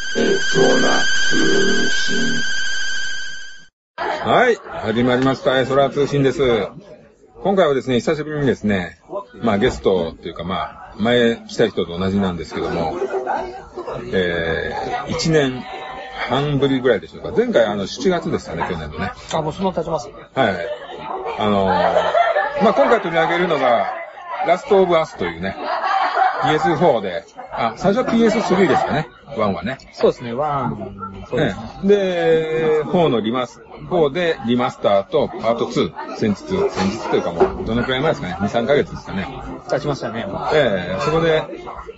はい、始まりました。空通信です。今回はですね、久しぶりにですね、ゲストというか前来た人と同じなんですけども、1年半ぶりぐらいでしょうか。前回7月ですかね、去年のね。 もうそんな経ちますね。 はい。今回取り上げるのが、ラストオブアスというね、PS4 で、最初は PS3 ですかね、1はね。 そうですね、1、そうですね。 で、4でリマスターとパート2、先日というかもう、どのくらい前ですかね、2、3ヶ月ですかね。 経ちましたね。 そこで、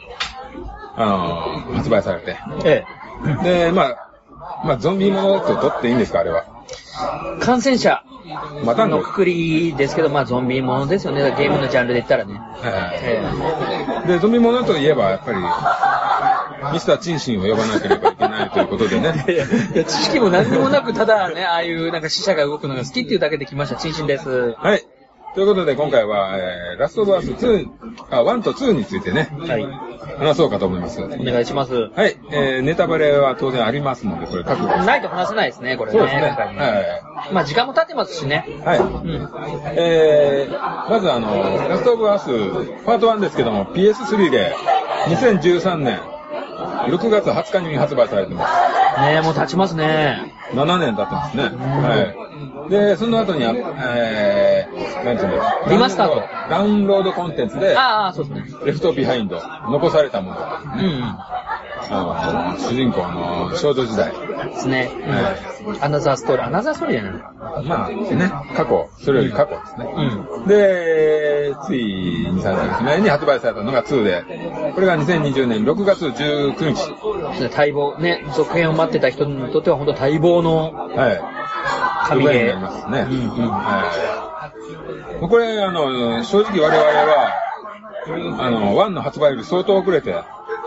発売されて。で、ゾンビものと取っていいんですか、あれは。 感染者のくくりですけど、ゾンビものですよね、ゲームのジャンルで言ったらね。 で、ゾンビものといえば、やっぱり、ミスターチンシンを呼ばなければいけないということでね。 いや、知識も何にもなく、ただね、ああいう死者が動くのが好きっていうだけで来ました、チンシンです。 はい。ということで、今回は、ラストオブアス1と2についてね、話そうかと思います。お願いします。 はい。ネタバレは当然ありますので、これ覚悟ないと話せないですね、これね。 そうですね。 はい。時間も経ってますしね。 はい。まずラストオブアスパート1ですけども、PS3 で2013年6月20日に発売されてます。 ねえ、もう経ちますね。 7年経ってますね。はい。で、その後になんていうんだリマスターと。 ダウンロードコンテンツで、 そうですね。 レフトビハインド、残されたもの。主人公の少女時代。 ですね。アナザーストーリーじゃないそれより過去ですね。で、つい2、3ヶ月前に発売されたのが2で、これが2020年6月19日。 待望、ね、続編を待ってた人にとっては本当待望の、神ゲーになりますね。 これ、正直我々は、1の発売より相当遅れて、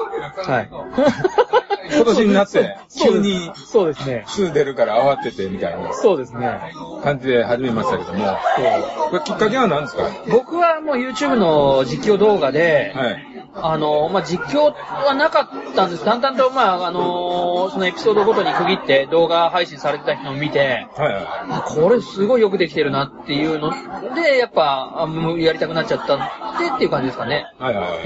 今年になって、急に、 そうですね。 2出るから慌ててみたいな。 そうですね。 感じで始めましたけども、これきっかけは何ですか？ 僕はもう YouTube の実況動画で、実況はなかったんです。だんだんと、そのエピソードごとに区切って動画配信されてた人を見て、これすごいよくできてるなっていうので、やっぱ、やりたくなっちゃったっていう感じですかね。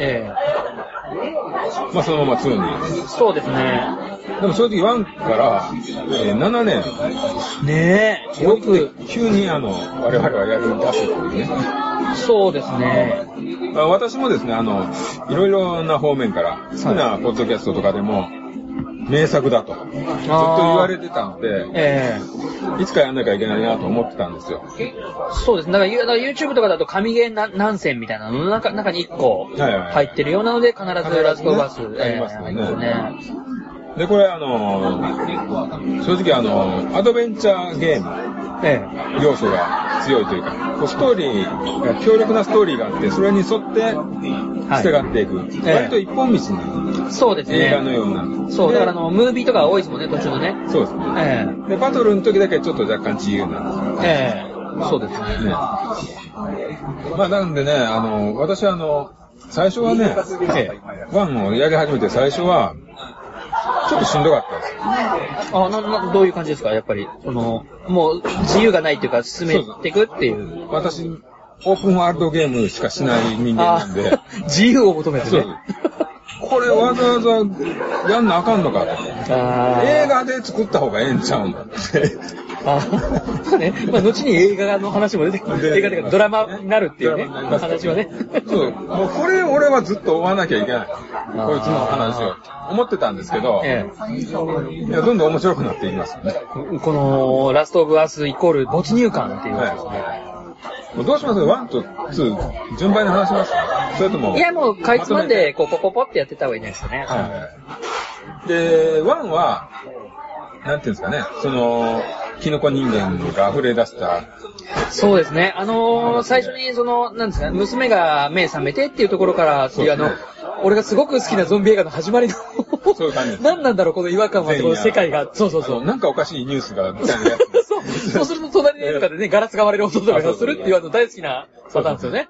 そのまま2に。 そうですね。 でも正直1から、7年。 ねえ。よく。 急に我々はやり出すというね。 そうですね。 私もですね、いろいろな方面から、好きなポッドキャストとかでも、名作だと、ずっと言われてたので、いつかやんなきゃいけないなと思ってたんですよ。 そうですね。だから YouTube とかだと神ゲー何選みたいなのの中に1個入ってるようなので、必ずラストバス、 ありますよね。 で、これ正直アドベンチャーゲーム、要素が強いというか、ストーリーが、強力なストーリーがあって、それに沿って従っていく。割と一本道に、 そうですね。 映画のような。 そう、だからムービーとか多いですもんね、途中のね。 そうですね。で、バトルの時だけちょっと若干自由なんですよ。そうですね。 なんでね、私最初はね、1をやり始めて最初は、ちょっとしんどかったです。 どういう感じですか？やっぱり、もう自由がないっていうか、進めていくっていう。 私、オープンワールドゲームしかしない人間なんで。 自由を求めてね。 これわざわざやんなあかんのかと。映画で作った方がええんちゃうんだって。 後に映画の話も出てくる。映画でドラマになるっていうね、話はね。 そう。もうこれ俺はずっと追わなきゃいけない。こいつの話を。思ってたんですけど、いやどんどん面白くなっていきますよね。 このラストオブアスイコール没入感っていうやつですね。 どうします ?1 と2、順番に話しますそれとも。 いや、もう、かいつまんで、ポポってやってた方がいいんですよね。 で、1は、なんていうんですかね、キノコ人間が溢れ出した。 そうですね。最初に、なんですか、娘が目覚めてっていうところから、俺がすごく好きなゾンビ映画の始まりのそういう感じです。 何なんだろう、この違和感は、この世界が。そう。 なんかおかしいニュースが、みたいなやつ。そうすると隣とかでね、ガラスが割れる音とかがするっていう大好きなパターンですよね。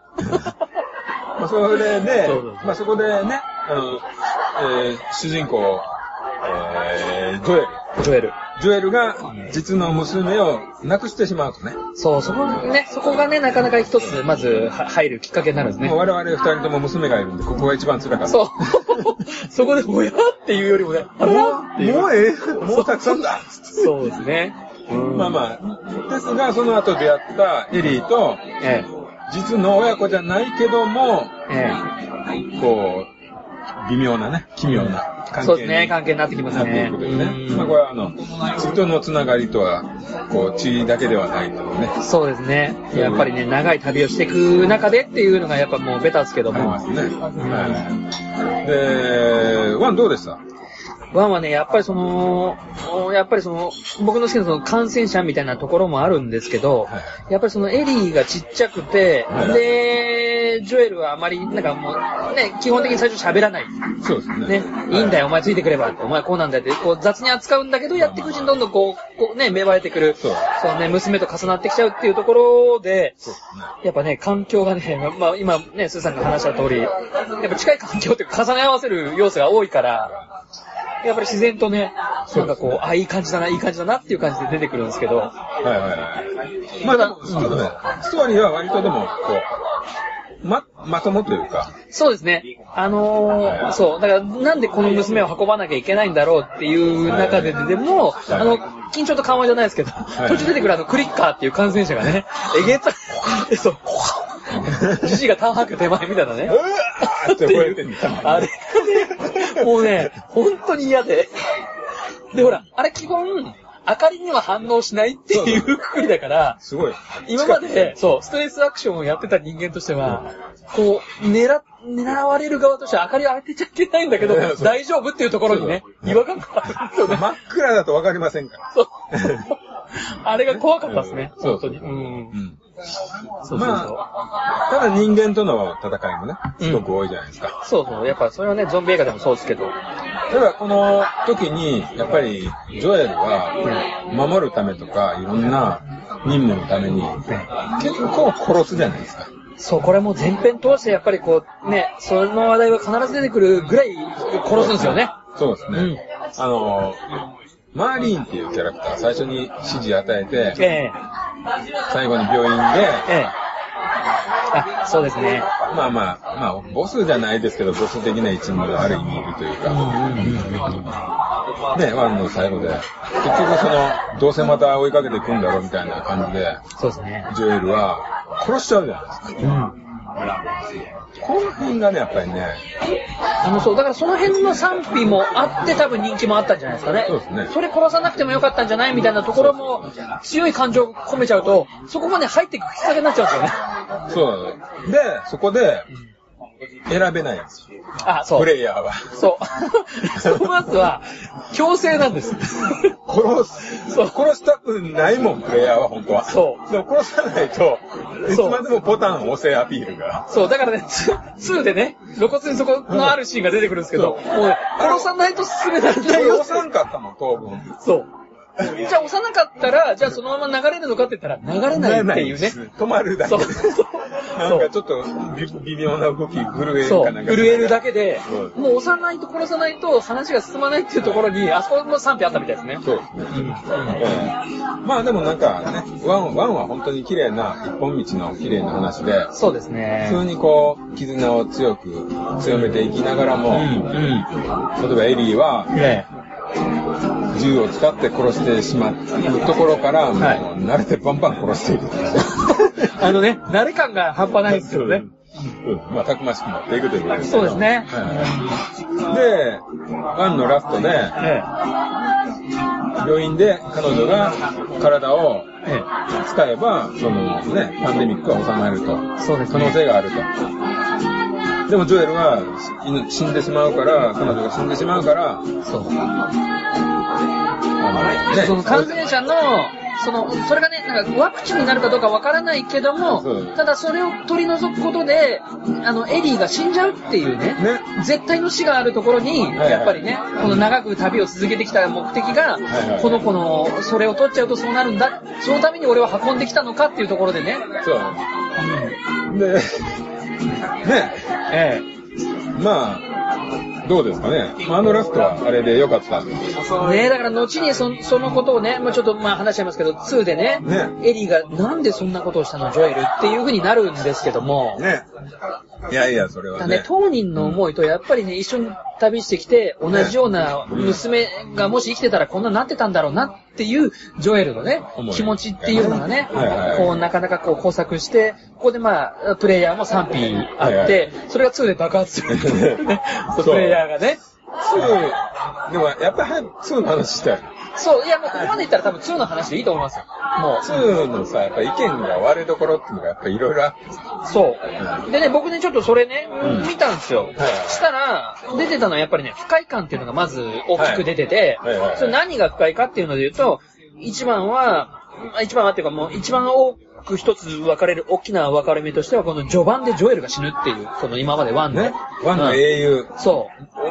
それで、そこでね、主人公ジョエルが実の娘を亡くしてしまうとね。 そう、そこがね、なかなか一つ、まず、入るきっかけになるんですね。 もう我々二人とも娘がいるんで、ここが一番辛かった。 そう。そこで、もやっていうよりもね、 もうたくさんだ。 そうですね。 まあまあ。ですが、その後出会ったエリーと、実の親子じゃないけども、こう、微妙なね、奇妙な関係。 そうですね、関係になってきますね。 ということでね。まあこれは血とのつながりとは、こう、血だけではないというね。 そうですね。やっぱりね、長い旅をしていく中でっていうのがやっぱもうベタですけども。 ありますね。で、ワンどうでした？ ワンはね、やっぱり僕の好きなその感染者みたいなところもあるんですけど、やっぱりそのエリーがちっちゃくて、で、ジョエルはあまり、なんかもう、ね、基本的に最初喋らない。 そうですね。 ね、いいんだよ、お前ついてくれば、お前こうなんだよって、こう雑に扱うんだけど、やっていくうちにどんどんこうね、芽生えてくる、そうね、娘と重なってきちゃうっていうところで、やっぱね、環境がね、まあ今ね、スーさんが話した通り、やっぱ近い環境って重ね合わせる要素が多いから、やっぱり自然とね、なんかこう、いい感じだなっていう感じで出てくるんですけど。 まあでも、ストーリーは割とでも、こう、まともというか。 そうですね。そう。だから、なんでこの娘を運ばなきゃいけないんだろうっていう中ででも、緊張と緩和じゃないですけど、途中出てくるクリッカーっていう感染者がね、そう。じじいがタン吐く手前みたいなね。 って吠えてんだ。 あれがね、もうね、本当に嫌で。で、ほら、あれ基本、明かりには反応しないっていうくくりだから、 すごい。 今まで、そう、ストレスアクションをやってた人間としては、こう、狙われる側としては明かりを当てちゃいけないんだけど、大丈夫っていうところにね、違和感があるんですよね。 真っ暗だとわかりませんから。 そう。あれが怖かったですね。本当に。 まあ、ただ人間との戦いもね、すごく多いじゃないですか。 そう。やっぱそれはね、ゾンビ映画でもそうですけど。 ただこの時に、やっぱり、ジョエルは、守るためとか、いろんな任務のために、結構殺すじゃないですか。 そう、これも前編通してやっぱりこう、ね、その話題は必ず出てくるぐらい殺すんですよね。 そうですね。マーリーンっていうキャラクター、最初に指示与えて、最後に病院で、 そうですね。 まあ、ボスじゃないですけど、ボス的な一味がある意味いるというか、ね、ワンの最後で、結局どうせまた追いかけていくんだろうみたいな感じで、 そうですね。 ジョエルは殺しちゃうじゃないですか。この辺がね、やっぱりね。 そう、だからその辺の賛否もあって多分人気もあったんじゃないですかね。 そうですね。 それ殺さなくてもよかったんじゃないみたいなところも強い感情を込めちゃうと、そこまで入っていくきっかけになっちゃうんですよね。 そう。で、そこで、選べないんですよ。 そう。 プレイヤーは。 そう。そのやつは、強制なんです。 殺したくないもん、プレイヤーは、本当は。 そう。 でも殺さないと、いつまでもボタンを押せアピールが。 そう、だからね、2でね、露骨にそこのあるシーンが出てくるんですけど、もうね、殺さないと進められないよ。 押さんかったもん、当分。 そう。じゃあ押さなかったら、じゃあそのまま流れるのかって言ったら、流れないっていうね。 止まるだけで。なんかちょっと微妙な動き、震えるかなんか。 震えるだけで、もう押さないと殺さないと話が進まないっていうところに、あそこも賛否あったみたいですね。 そうですね。まあでもなんかね、ワンは本当に綺麗な、一本道の綺麗な話で、 そうですね。 普通にこう、絆を強めていきながらも、例えばエリーは、銃を使って殺してしまうところから、もう慣れてバンバン殺していく。 慣れ感が半端ないですよね。 まあ、たくましくなっていくということです。 そうですね。 で、ワンのラストで、病院で彼女が体を使えば、パンデミックは収まると。可能性があると。でもジョエルは死んでしまうから、彼女が死んでしまうから、 その感染者の、それがね、なんかワクチンになるかどうかわからないけども、ただそれを取り除くことで、エリーが死んじゃうっていうね、絶対の死があるところに、やっぱりね、この長く旅を続けてきた目的が、この子の、それを取っちゃうとそうなるんだ、そのために俺は運んできたのかっていうところでね。 そう。で、まあ、 どうですかね。あのラストはあれで良かったんです。 そうね、だから後にそのことをね、ちょっと話しちゃいますけど、2でね、エリーがなんでそんなことをしたの、ジョエルっていう風になるんですけども。 ね。いやいや、それはね。 当人の思いと、やっぱりね、一緒に旅してきて、同じような娘がもし生きてたらこんなになってたんだろうなっていう、ジョエルのね、気持ちっていうのがね、こう、なかなかこう、交錯して、ここでプレイヤーも賛否あって、それが2で爆発するっていうね、プレイヤーがね。 2、でもやっぱり早く2の話したい。 そう、いやもうここまで言ったら多分2の話でいいと思いますよ。もう。2のさ、やっぱ意見が割れどころっていうのがやっぱりいろいろあって。 そう。でね、僕ね、ちょっとそれね、見たんですよ。したら、出てたのはやっぱりね、不快感っていうのがまず大きく出てて、それ何が不快かっていうので言うと、一番はっていうかもう一番多く一つ分かれる大きな分かれ目としては、この序盤でジョエルが死ぬっていう、この今まで1の。 ね。1の英雄。 そう。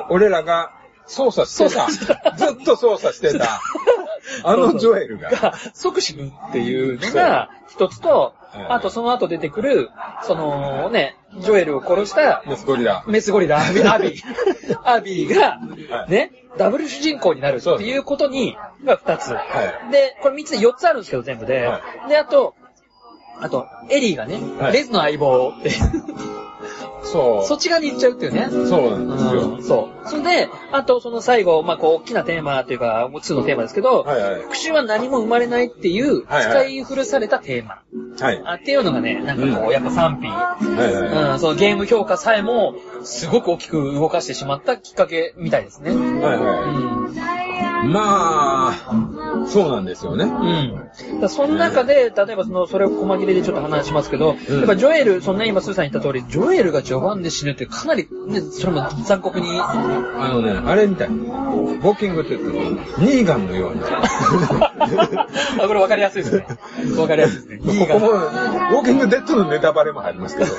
俺らが操作してた。ずっと操作してた。あのジョエルが。 即死ぬっていうのが一つと、あとその後出てくる、そのね、ジョエルを殺したメスゴリラ、 アビーが、ね、ダブル主人公になるっていうことが二つ。で、これ三つで4つあるんですけど、全部で。で、あと、エリーがね、レズの相棒って。 そう。 そっち側に行っちゃうっていうね。 そうなんですよ。 そう。それで、あとその最後、こう、大きなテーマというか、2のテーマですけど、復讐は何も生まれないっていう、使い古されたテーマ。っていうのがね、なんかこう、やっぱ賛否。そのゲーム評価さえも、すごく大きく動かしてしまったきっかけみたいですね。 まあ、そうなんですよね。 その中で、例えばそれを細切れでちょっと話しますけど、やっぱジョエル、今スーさん言った通り、ジョエルが序盤で死ぬってかなり、ね、それも残酷に。 あれみたい。ボーキングって言うと、ニーガンのように。これ分かりやすいですね。分かりやすいですね。 ニーガン。ここも、ウォーキングデッドのネタバレも入りますけど。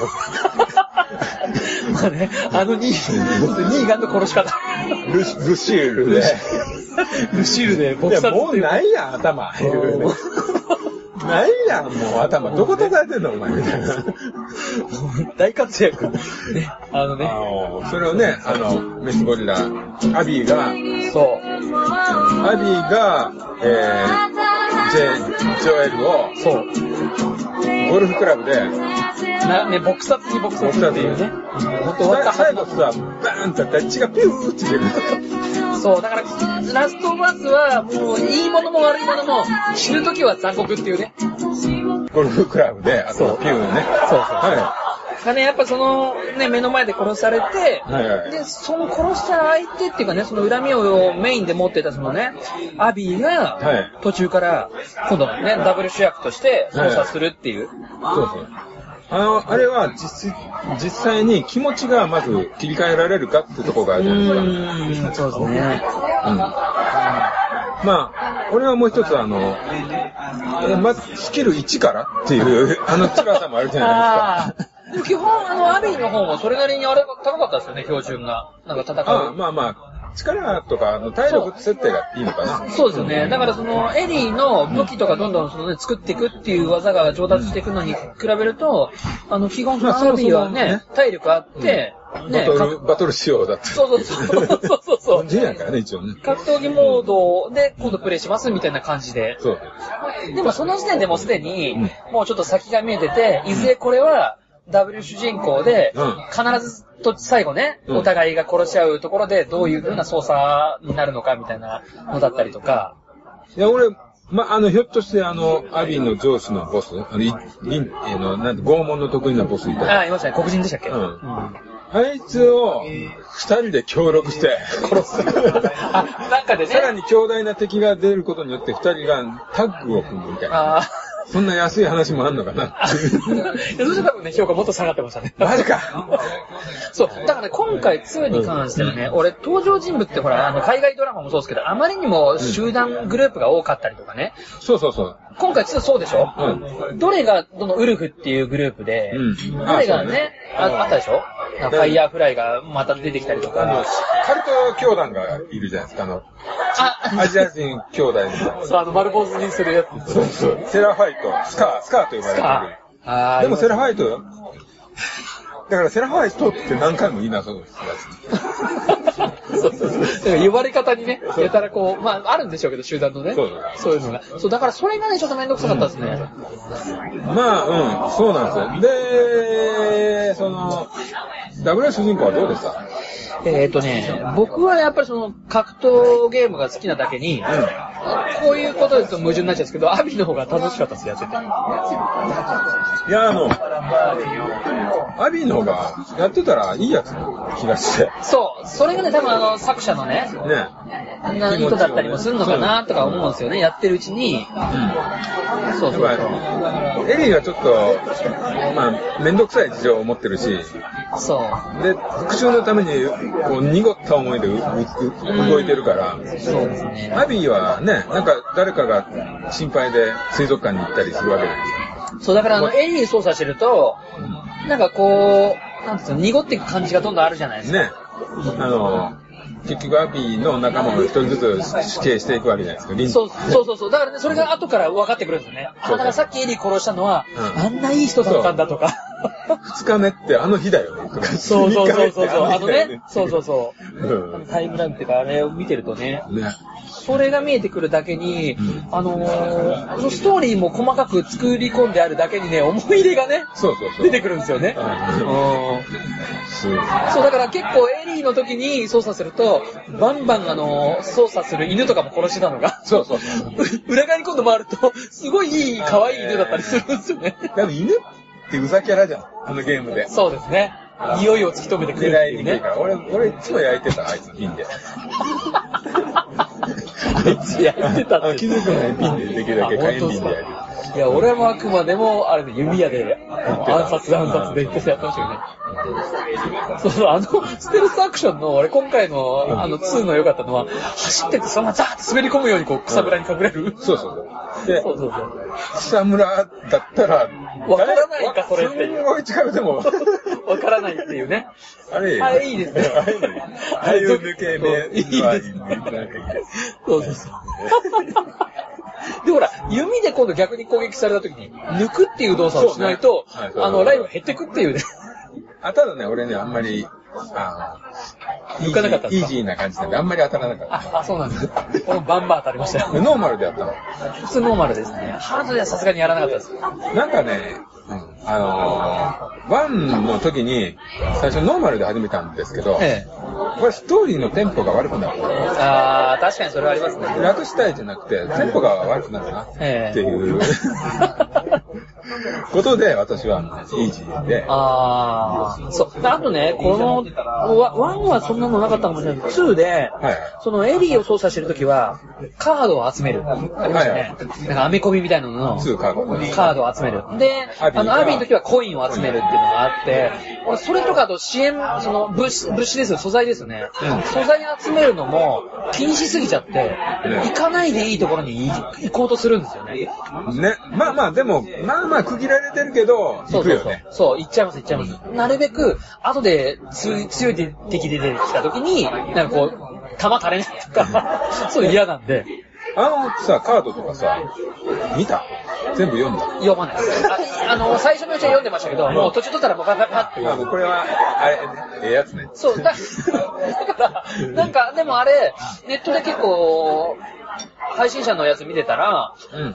まあね、ニーガンの殺し方。 ルシールで。 ルシールでボクサー。いや、もうないやん、頭。ないやん、もう頭。どこ叩いてんの、お前、みたいな。 大活躍。ね、 それをね、メスゴリラ、アビーが、アビーが、ジョエルを、ゴルフクラブで、 撲殺に撲殺っていうね。 最後さ、バーンってやったら血がピューって出る。 そう、だから、ラストバスは、もう、いいものも悪いものも、死ぬときは残酷っていうね。 ゴルフクラブで、あと、ピューね。 がね、やっぱ目の前で殺されて、で、その殺した相手っていうかね、その恨みをメインで持ってたアビーが、途中から、今度ね、ダブル主役として操作するっていう。 あれは実際に気持ちがまず切り替えられるかってところがあるじゃないですか。 そうですね。 まあ、俺はもう一つスキル1からっていう、辛さもあるじゃないですか。 基本、アビーの方もそれなりにあれが高かったですよね、標準が。なんか戦う。 まあ。力とか体力設定がいいのかな。 そうですよね。だからエリーの武器とかどんどん作っていくっていう技が上達していくのに比べると、基本アビーはね、体力あって、 バトル仕様だって。 そう。 本人やからね、一応ね。 格闘技モードで今度プレイしますみたいな感じで。でもその時点でもうすでに、もうちょっと先が見えてて、いずれこれは、ダブル主人公で、必ず最後ね、お互いが殺し合うところでどういう風な操作になるのかみたいなのだったりとか。 いや、俺、ひょっとしてアビーの上司のボス、拷問の得意なボスいた。 いましたね。黒人でしたっけ？ あいつを二人で協力して殺す。 なんかでね。 さらに強大な敵が出ることによって二人がタッグを組むみたいな。そんな安い話もあんのかなっていう。 そしたら多分ね、評価もっと下がってましたね。 マジか。 そう。だからね、今回2に関してはね、俺、登場人物ってほら、海外ドラマもそうですけど、あまりにも集団グループが多かったりとかね。 そう。 今回2そうでしょ？どれが、ウルフっていうグループで、どれがね、あったでしょ？ファイヤーフライがまた出てきたりとか。 カルト教団がいるじゃないですか、アジア人兄弟の。 そう、丸坊主にするやつ。 そう。セラファイト、スカーと呼ばれてる。でもセラファイトよ。だからセラファイトって何回も言いなそうです。 そうそう。だから呼ばれ方にね、やたらこう、まあ、あるんでしょうけど、集団のね。そういうのが。そう、だからそれがね、ちょっとめんどくさかったですね。 まあ、そうなんですよ。で、ダブル主人公はどうでした？ 僕はやっぱり格闘ゲームが好きなだけに、こういうことですと矛盾になっちゃうんですけど、アビの方が楽しかったです、やってて。いや、アビの方がやってたらいいやつの気がして。 そう、それがね、多分作者のね、意図だったりもするのかなとか思うんですよね、やってるうちに。そうそう。 エリーはちょっと、まあ、めんどくさい事情を持ってるし、 そう。 で、復讐のために、こう、濁った思いで動いてるから、 そうですね。 アビーはね、なんか誰かが心配で水族館に行ったりするわけですよ。 そう、だからエリー操作してると、なんかこう、なんていうの、濁っていく感じがどんどんあるじゃないですか。 ね。結局アビーの仲間を一人ずつ死刑していくわけじゃないですか。 そう。だからね、それが後から分かってくるんですよね。だからさっきエリー殺したのは、あんないい人だったんだとか。 二日目ってあの日だよねとか。 そう。そう。タイムラグっていうか、あれを見てるとね。それが見えてくるだけに、ストーリーも細かく作り込んであるだけにね、思い入れがね、出てくるんですよね。そう、だから結構エリーの時に操作すると、バンバン操作する犬とかも殺してたのが、裏側に今度回ると、すごいいい、可愛い犬だったりするんですよね。 でも犬ってうざキャラじゃん、あのゲームで。 そうですね。匂いを突き止めてくれるっていうね。 俺いつも焼いてた、あいつピンで。 あいつ焼いてたって。 気づく前にピンでできるだけ火炎瓶で焼いてる。 いや、俺もあくまでも、あれで弓矢で、暗殺でやってましたよね。そう、ステルスアクションの、俺今回の、2の良かったのは、走っててそのままザーって滑り込むようにこう、草むらに隠れる。 そう。で、草むらだったら、 わからないか、それっていう。 すごい近くでも。 わからないっていうね。 あれいいですね。 ああいう抜け目。 いいですね。そう。で、ほら、弓で今度逆に攻撃された時に、抜くっていう動作をしないと、ライフが減ってくっていうね。 ただね、俺ね、あんまり、 抜かなかったんですか？ イージーな感じなんで、あんまり当たらなかった。 そうなんです。このバンバン当たりましたよ。 ノーマルでやったの？ 普通ノーマルですね。ハードではさすがにやらなかったです。 なんかね、1の時に、最初ノーマルで始めたんですけど、これストーリーのテンポが悪くなる。 確かにそれはありますね。 楽したいじゃなくて、テンポが悪くなるな、っていう、ことで、私はイージーで。 そう。あとね、この、1はそんなのなかったかもしれないけど、2で、そのエリーを操作してるときは、カードを集める。ありましたね。なんかアメコミみたいなのの、カードを集める。で、アビーのときはコインを集めるっていうのがあって、それとかあと支援、物資ですよ、素材ですよね。素材集めるのも、気にしすぎちゃって、行かないでいいところに行こうとするんですよね。 まあでも、区切られてるけど、行くよね。 そう、行っちゃいます。なるべく、後で強い敵出てきた時に、なんかこう、弾足れないとか、そう嫌なんで。 カードとかさ、見た？全部読んだ？ 読まないです。最初のうちは読んでましたけど、もう途中取ったらパッて。 これは、やつね。 そう、だから、なんか、でもあれ、ネットで結構、配信者のやつ見てたら、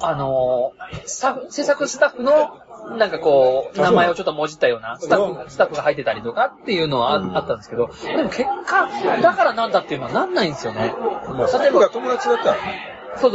制作スタッフの、なんかこう、名前をちょっともじったようなスタッフが入ってたりとかっていうのはあったんですけど、でも結果、だからなんだっていうのはなんないんですよね。 例えば友達だったらね。 そう。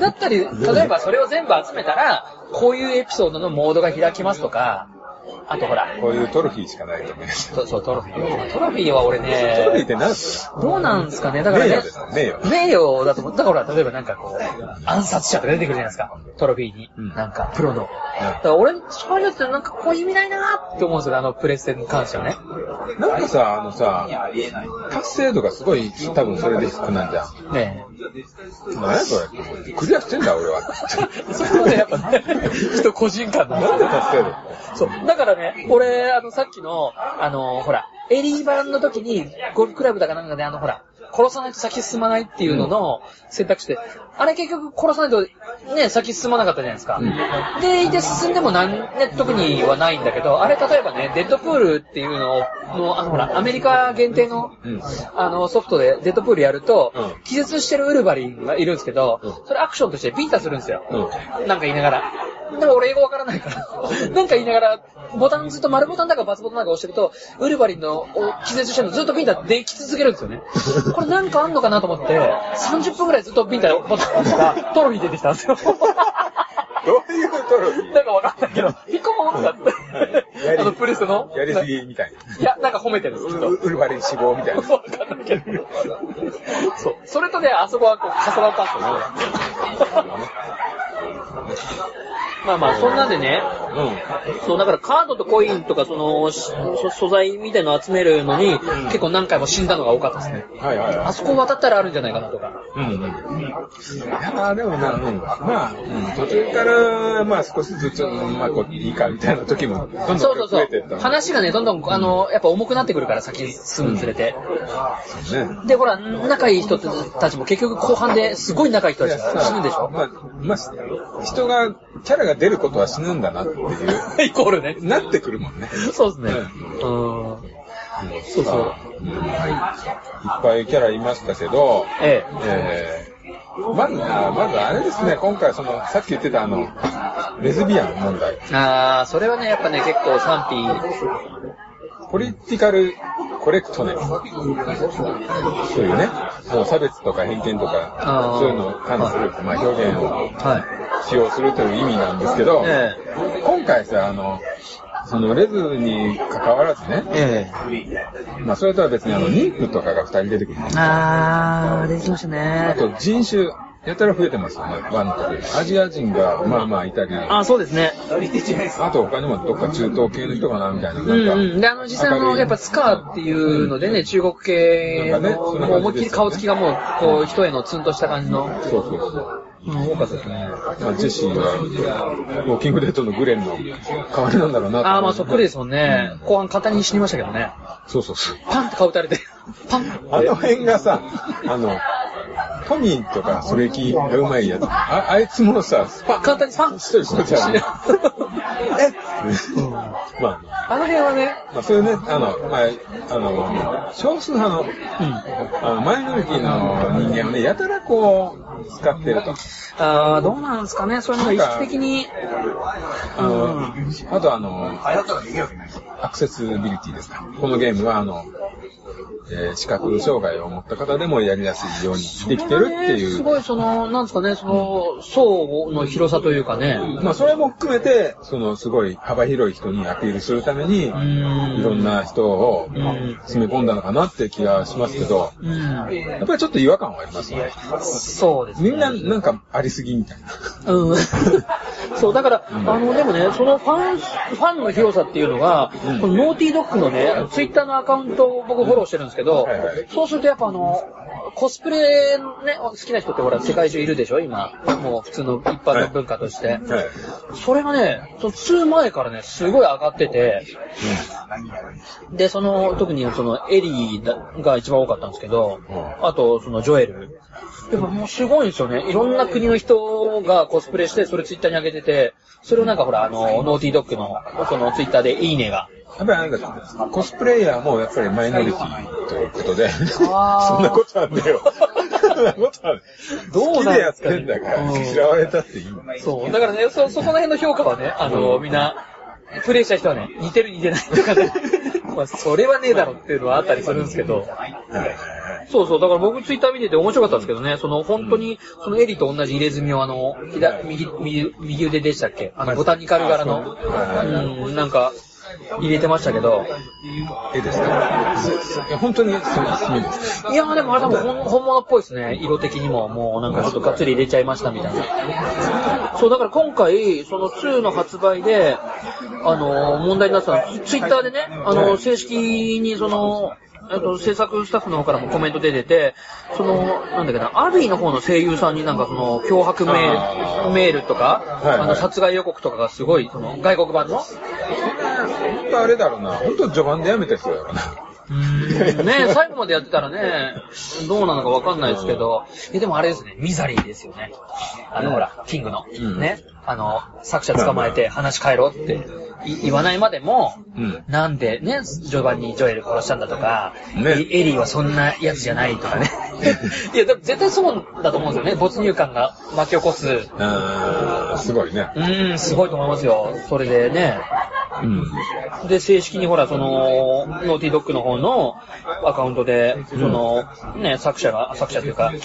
だったり、例えばそれを全部集めたら、こういうエピソードのモードが開きますとか、あとほら。 こういうトロフィーしかないとね。 そう、トロフィー。トロフィーは俺ね。 トロフィーって何すか？ どうなんですかね。だからね。名誉だと思う。だから例えばなんかこう、暗殺者とか出てくるじゃないですか。トロフィーに。なんか、プロの。だから俺、そういうのってなんかこういう意味ないなーって思うんですよ。プレステに関してはね。 なんかさ、達成度がすごい、多分それで低くなんじゃん。 ねえ。 何やそれ。クリアしてんだ俺は。 そこまでやっぱね、人個人間なんで達成度？ そう。だからね、俺、さっきの、ほら、エリー版の時に、ゴルフクラブだかなんかでほら、 殺さないと先進まないっていうのの選択肢で、あれ結局殺さないとね、先進まなかったじゃないですか。で、進んでも特にはないんだけど、あれ例えばね、デッドプールっていうのを、ほら、アメリカ限定の、ソフトでデッドプールやると、気絶してるウルヴァリンがいるんですけど、それアクションとしてビンタするんですよ。なんか言いながら。でも俺英語わからないから、なんか言いながら、ボタンずっと丸ボタンだかバツボタンだか押してると、ウルヴァリンの気絶してるのずっとビンタでき続けるんですよね。これなんかあんのかなと思って、30分くらいずっとビンタボタン押したら、トロフィー出てきたんですよ。 どういうトロフィー？ なんかわかんないけど、ピコモンだって。プレスのやりすぎみたいな。 いや、なんか褒めてるんですけど。 ウルヴァリン死亡みたいな。 わかんないけど。そう。それとね、あそこはこう、重なったんですよね。まあまあ、そんなんでね、そう、だからカードとコインとか、素材みたいのを集めるのに、結構何回も死んだのが多かったですね。あそこ渡ったらあるんじゃないかなとか。 いやでもな、まあ、途中から、まあ少しずつ、まあこう、いいかみたいな時も、どんどん増えてった。 話がね、どんどん、やっぱ重くなってくるから、先に進むにつれて。で、ほら、仲いい人たちも結局後半ですごい仲いい人たちが死ぬでしょ？ まあ、人が、キャラが出ることは死ぬんだなっていう。 イコールね。 なってくるもんね。 そうですね。そうそう。 いっぱいキャラいましたけど、まずあれですね、今回さっき言ってたレズビアン問題。 それはね、やっぱね、結構賛否。 ポリティカルコレクトネス。そういうね、もう差別とか偏見とか、そういうのを感じする、まあ表現を使用するという意味なんですけど、今回さ、レズに関わらずね、まあそれとは別に妊婦とかが2人出てくる。 出てきましたね。 あと人種、やたら増えてますよね、ワンとアジア人がまあまあいたり。 そうですね。 あと他にもどっか中東系の人かなみたいな。 で、実際やっぱスカーっていうのでね、中国系の、もう思いっきり顔つきがもう、こう、一重のツンとした感じの。 そう。多かったですね。まあ、ジェシーは、ウォーキングデッドのグレンの代わりなんだろうなと。 まあそっくりですもんね。後半簡単に死にましたけどね。 そう。 パンって顔打たれて、パンあの辺がさ、トミーとかそれきがうまいやつ。あいつもさ、 簡単にパン一人そうじゃん。まあ、 あの辺はね、 まあ、そういうね、少数派の、マイノリティの人間をね、やたらこう、使ってると。 どうなんですかね、そういうのが意識的に。 あとアクセスビリティですか。このゲームは視覚障害を持った方でもやりやすいようにできてるっていう。 すごいなんですかね、層の広さというかね。 まあそれも含めて、すごい幅広い人にアピールするために、いろんな人を詰め込んだのかなって気がしますけど、やっぱりちょっと違和感はありますね。 そうですね。 みんななんかありすぎみたいな。 そう、だから、でもね、そのファンの広さっていうのが、このノーティードッグのね、ツイッターのアカウントを僕フォローしてるんですけど、そうするとやっぱコスプレね、好きな人ってほら世界中いるでしょ今。もう普通の一般の文化として。それがね、2前からね、すごい上がってて、で、特にエリーが一番多かったんですけど、あと、ジョエル。やっぱもうすごいんですよね。いろんな国の人がコスプレして、それツイッターに上げてて、それをなんかほら、ノーティードッグの、ツイッターでいいねが。 やっぱりコスプレイヤーもやっぱりマイノリティということで、そんなことはねえよ。そんなことはね。好きでやってんだから、嫌われたっていい。 そう。だからね、そこの辺の評価はね、みんな、プレイした人はね、似てる似てないとかね、まあ、それはねえだろっていうのはあったりするんですけど、そう、だから僕ツイッター見てて面白かったんですけどね、本当に、エリと同じ入れ墨を右腕でしたっけ？ボタニカル柄の、なんか、入れてましたけど。 絵ですか？本当に墨ですか？ いやでもあれ多分本物っぽいですね。色的にも、もうなんかちょっとがっつり入れちゃいましたみたいな。そう、だから今回、2の発売で、問題になったのは、ツイッターでね、正式に制作スタッフの方からもコメント出てて、なんだっけな、アビーの方の声優さんになんか脅迫メールとか、殺害予告とかがすごい、外国版の。 本当あれだろうな、本当序盤でやめた人だろうな。 ね、最後までやってたらね、どうなのかわかんないですけど、でもあれですね、ミザリーですよね。ほら、キングの、ね、作者捕まえて話変えろって言わないまでも、なんでね、序盤にジョエル殺したんだとか、エリーはそんなやつじゃないとかね。いや、絶対そうだと思うんですよね、没入感が巻き起こす。 すごいね。 すごいと思いますよ。それでね。で、正式にほら、ノーティードッグの方のアカウントで、ね、作者というか、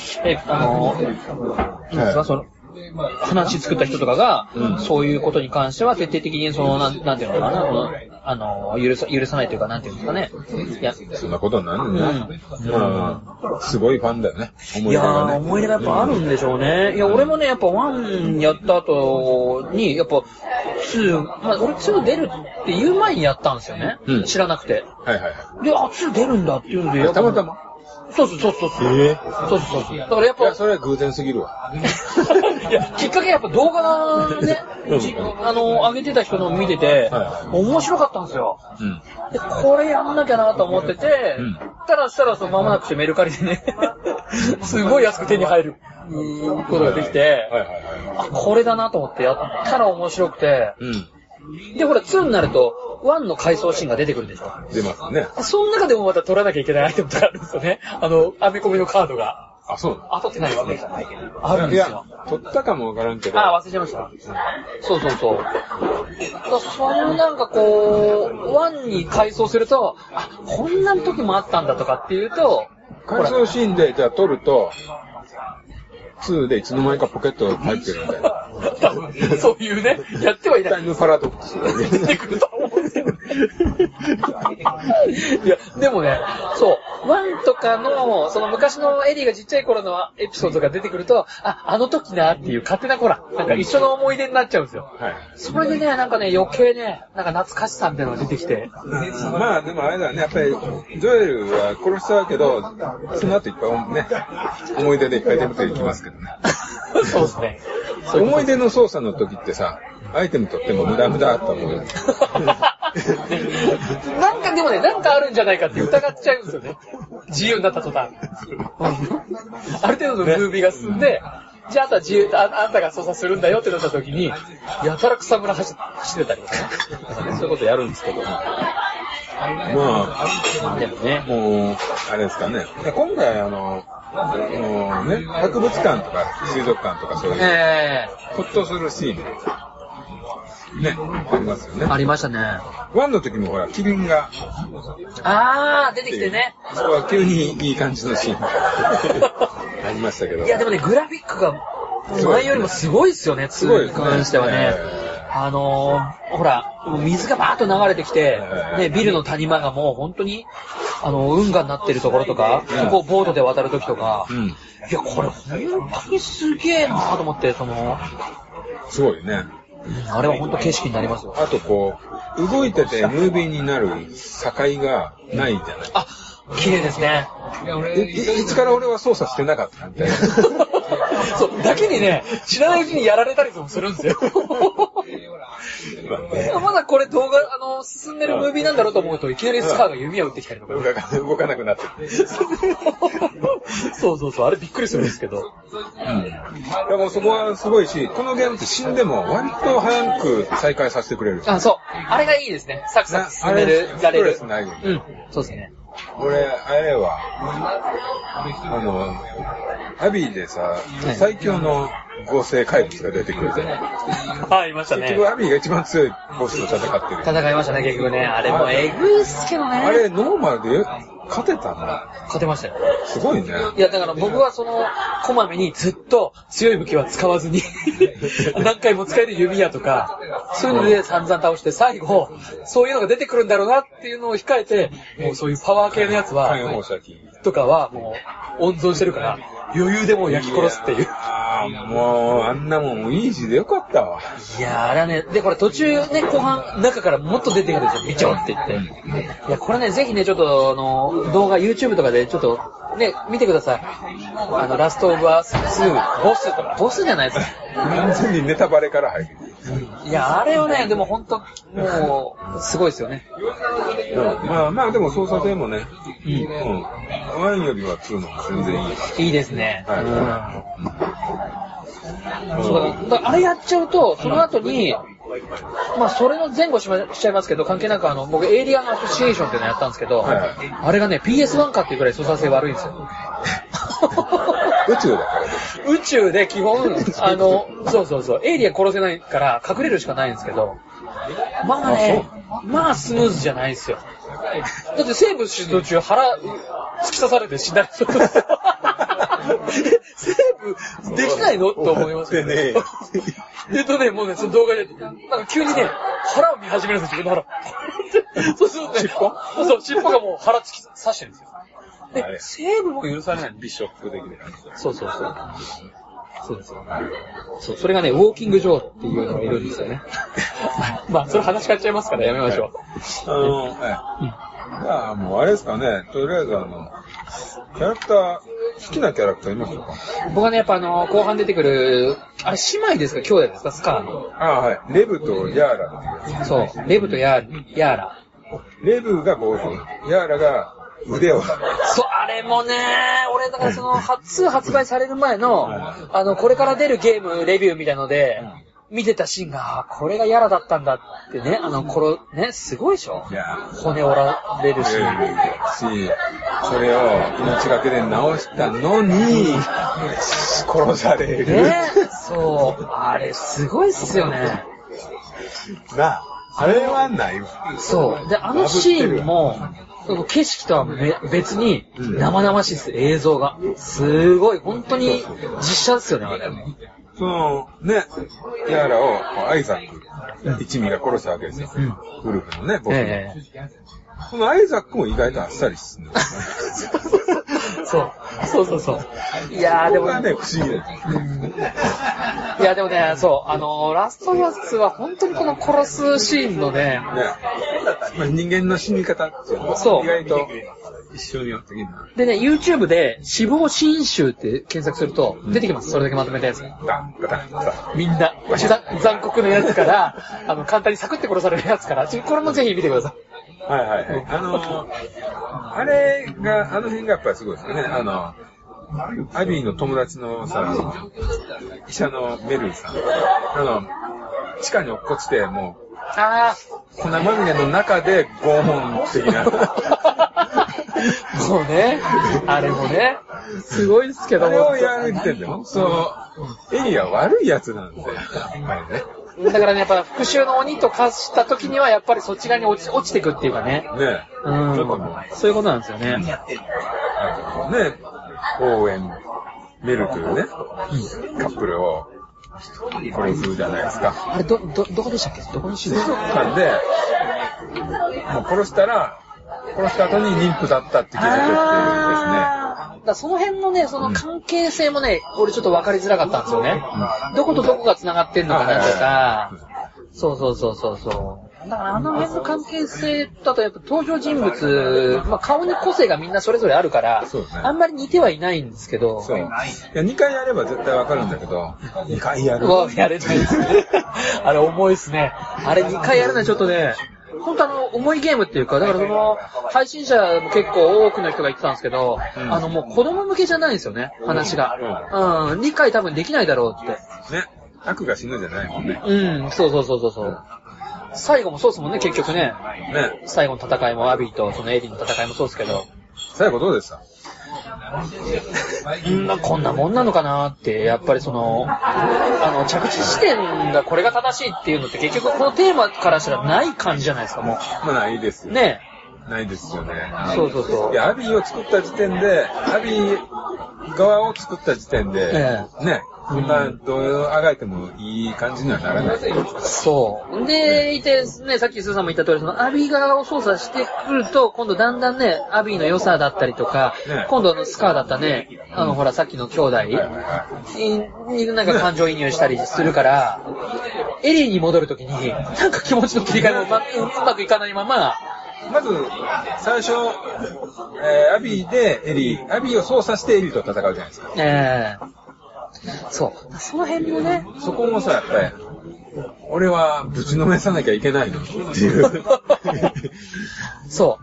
話作った人とかが、そういうことに関しては徹底的になんていうのかな、許さないというか、なんていうんですかね。 いや、そんなことになるね。すごいファンだよね。 思い入れがやっぱあるんでしょうね。いや、俺もね、やっぱ1やった後に、やっぱ2、俺2出るって言う前にやったんですよね。知らなくて。で、2出るんだっていうんで、 たまたま。 そう。そう。だからやっぱ。 いや、それは偶然すぎるわ。 いや、きっかけやっぱ動画ね、上げてた人の見てて、面白かったんですよ。で、これやんなきゃなと思ってて、したら間もなくしてメルカリでね、すごい安く手に入ることができて、これだなと思ってやったら面白くて、で、ほら、2になると、1の回想シーンが出てくるでしょ。 出ますね。 その中でもまた取らなきゃいけないアイテムとかあるんですよね。アメコミのカードが。 あ、そうなの？ 取ってないわけじゃないけど。あるんですよ。 いや、取ったかもわからんけど。 忘れちゃいました。そう。そういうなんかこう、1に回想すると、こんな時もあったんだとかっていうと、 回想シーンで、じゃあ取ると、2でいつの間にかポケット入ってるみたいな。 そういうね、やってはいない。 タイムパラドックスが出てくると思うんですよ。 いや、でもね、そう、1とかの、その昔のエリーがちっちゃい頃のエピソードが出てくると、あの時なっていう勝手ななんか一緒の思い出になっちゃうんですよ。それでね、なんかね、余計ね、なんか懐かしさみたいなのが出てきて。 まあ、でもあれだね、やっぱり、ジョエルは殺しちゃうけど、その後いっぱいね、思い出でいっぱい出てきますけどね。 そうですね。 思い出の操作の時ってさ、アイテム取っても無駄と思うよ。 なんかでもね、なんかあるんじゃないかって疑っちゃうんですよね。自由になった途端。ある程度のムービーが進んで、じゃああんたが操作するんだよってなった時に、やたら草むら走ってたりとかね。そういうことやるんですけど。 まあ、 でもね、 もう、あれですかね。今回ね、博物館とか水族館とかそういう、ほっとするシーンね、ありますよね。 ありましたね。 1の時もほら、キリンが。 出てきてね。 そこは急にいい感じのシーンありましたけど。 いや、でもね、グラフィックが前よりもすごいですよね、2に関してはね。ほら、水がバーッと流れてきて、ね、ビルの谷間がもう本当に、運河になってるところとか、そこをボートで渡るときとか、いや、これ本当にすげえなと思って、 すごいね。 あれは本当景色になりますよ。 あとこう、動いててムービーになる境がないじゃない。 綺麗ですね。 いつから俺は操作してなかったみたいな。 そう、だけにね、知らないうちにやられたりもするんですよ。まだこれ動画、進んでるムービーなんだろうと思うと、いきなりスカーが弓を打ってきたりとか。 動かなくなってる。 そう、あれびっくりするんですけど。 でもそこはすごいし、このゲームって死んでも割と早く再開させてくれる。 そう。あれがいいですね。サクサク進める、 られる。ストレスないよね。 そうですね。 俺、あれは、アビーでさ、最強の合成怪物が出てくるじゃない。 いましたね。 結局アビーが一番強いボスと戦ってる。 戦いましたね、結局ね。あれもエグいっすけどね。 あれ、ノーマルで勝てたの？ 勝てましたよ。 すごいね。 いや、だから僕はこまめにずっと強い武器は使わずに、何回も使える弓矢とか、そういうので散々倒して最後、そういうのが出てくるんだろうなっていうのを控えて、もうそういうパワー系のやつは、とかはもう温存してるから、余裕でもう焼き殺すっていう。 もう、あんなもんイージーでよかったわ。 いやあれはね、で、これ途中ね、後半、中からもっと出てくるんですよ、ビチョって言って。いや、これね、ぜひね、ちょっと、動画、YouTube とかで、ちょっと、ね、見てください。ラストオブアース2、ボスじゃないですか。 完全にネタバレから入る。 いや、あれはね、でも本当もう、すごいですよね。 まあでも操作性もね、1よりは2の方が全然いい。 いいですね。そうだ、あれやっちゃうと、その後に、まあそれの前後しちゃいますけど、関係なく僕エイリアンアソシエーションっていうのやったんですけど、あれがね、PS1 かっていうくらい操作性悪いんですよ。 宇宙だからね。 宇宙で基本、そう、エイリアン殺せないから隠れるしかないんですけど、まあね、まあスムーズじゃないですよ。だってセーブし途中腹突き刺されて死んだりする。セーブできないのと思いますよね。もうね、その動画で、なんか急にね、腹を見始めるんですよ、自分の腹。そうするとね、尻尾がもう腹突き刺してるんですよ。で、セーブも許されない。 ビショップできる。 そうですよ。そう、それがね、ウォーキングジョーっていうのがいるんですよね。まあ、それ話変わっちゃいますからやめましょう。 まあ、もうあれですかね、とりあえずキャラクター、好きなキャラクターいますか？ 僕はね、やっぱ後半出てくる、あれ姉妹ですか兄弟ですかスカーの。 はい。レブとヤーラ。 そう、レブとヤーラ。 レブが坊主、ヤーラが腕を。 そう、あれもね、俺だから2発売される前の、これから出るゲームレビューみたいので、見てたシーンが、これがヤラだったんだってね、すごいでしょ？骨折られるシーン。 それを命がけで直したのに、殺される。 そう、あれすごいっすよね。 あれはないわ。 そう。で、シーンも、その景色とは別に生々しいです、映像が。すごい、本当に実写ですよね、あれ。 ヤーラをアイザック、一味が殺したわけですよ。ウルフのね、僕の。このアイザックも意外とあっさりするんですよ。 そう。いやーでも。 ここがね、不思議だよ。 いやでもね、ラストオブアスは本当にこの殺すシーンのね、 人間の死に方っていうのは意外と一緒にやってきな。 でね、YouTube で死亡真集って検索すると出てきます。それだけまとめたやつ。みんな、残酷なやつから、簡単にサクって殺されるやつから、これもぜひ見てください。 あれが、辺がやっぱりすごいですよね。アビーの友達のさ、医者のメルイさん。地下に落っこちて、もう、粉まみれの中で拷問的な。 もうね、あれもね、すごいですけども。 あれをやるってんだよ。エリア悪いやつなんだよ。 だからね、やっぱ復讐の鬼と化した時には、やっぱりそっち側に落ちてくっていうかね。そういうことなんですよね。 オーエン、メルというね、カップルを殺すじゃないですか。 あれ、どこでしたっけ？どこのシーン？ 水族館で、もう殺した後に妊婦だったって聞いてるっていうですね。 その辺のね、その関係性もね、俺ちょっと分かりづらかったんですよね。どことどこが繋がってんのかなとか、そう。だから辺の関係性だとやっぱ登場人物、顔に個性がみんなそれぞれあるから、あんまり似てはいないんですけど。 いや、2回やれば絶対わかるんだけど、2回やる。 やれないですね。あれ重いですね。あれ2回やるのはちょっとね、本当重いゲームっていうか、だから配信者も結構多くの人が言ってたんですけど、もう子供向けじゃないんですよね、話が。理解多分できないだろうって。 ね。悪が死ぬじゃないもんね。 そう。最後もそうですもんね、結局ね。最後の戦いもアビーとそのエリーの戦いもそうですけど。 最後どうでした？ こんなもんなのかなって、やっぱり着地地点がこれが正しいっていうのって結局このテーマからしたらない感じじゃないですか、もう。 ないですよ。 ね。 ないですよね。 そう。 いや、アビーを作った時点で、アビー側を作った時点で、こんなどうあがいてもいい感じにはならない。 そう。で、さっきスーさんも言った通り、アビー側を操作してくると、今度だんだんね、アビーの良さだったりとか、今度スカーだったね、ほら、さっきの兄弟になんか感情移入したりするから、エリーに戻るときに、なんか気持ちの切り替えもうまくいかないまま、 まず、最初、アビーでアビーを操作してエリーと戦うじゃないですか。 そう。その辺もね。 そこもさ、やっぱり、俺はぶちのめさなきゃいけないのっていう。 そう。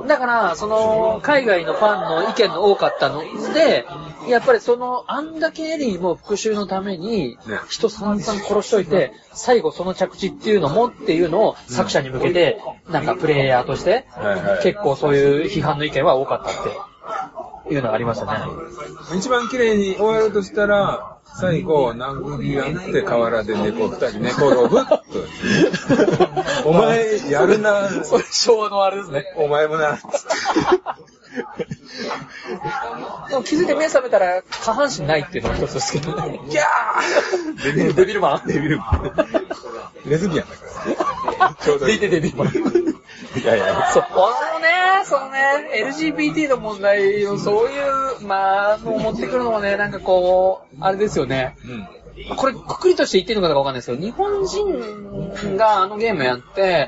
だから、海外のファンの意見の多かったので、やっぱりあんだけエリーも復讐のために、人散々殺しといて、最後その着地っていうのもっていうのを作者に向けて、なんかプレイヤーとして、結構そういう批判の意見は多かったっていうのがありましたね。 一番綺麗に終わるとしたら、最後、殴り合って河原で二人寝転ぶっと。お前、やるな。 それ昭和のあれですね。 お前もな。 でも気づいて目覚めたら下半身ないっていうのが一つですけどね。 ギャーデビルマンレズビアンだから。ちょうどいい。 デビルマン。 いやいや。 そう、LGBT の問題をそういう、持ってくるのもね、なんかあれですよね。これ、くくりとして言ってるのかどうかわかんないですけど、日本人があのゲームやって、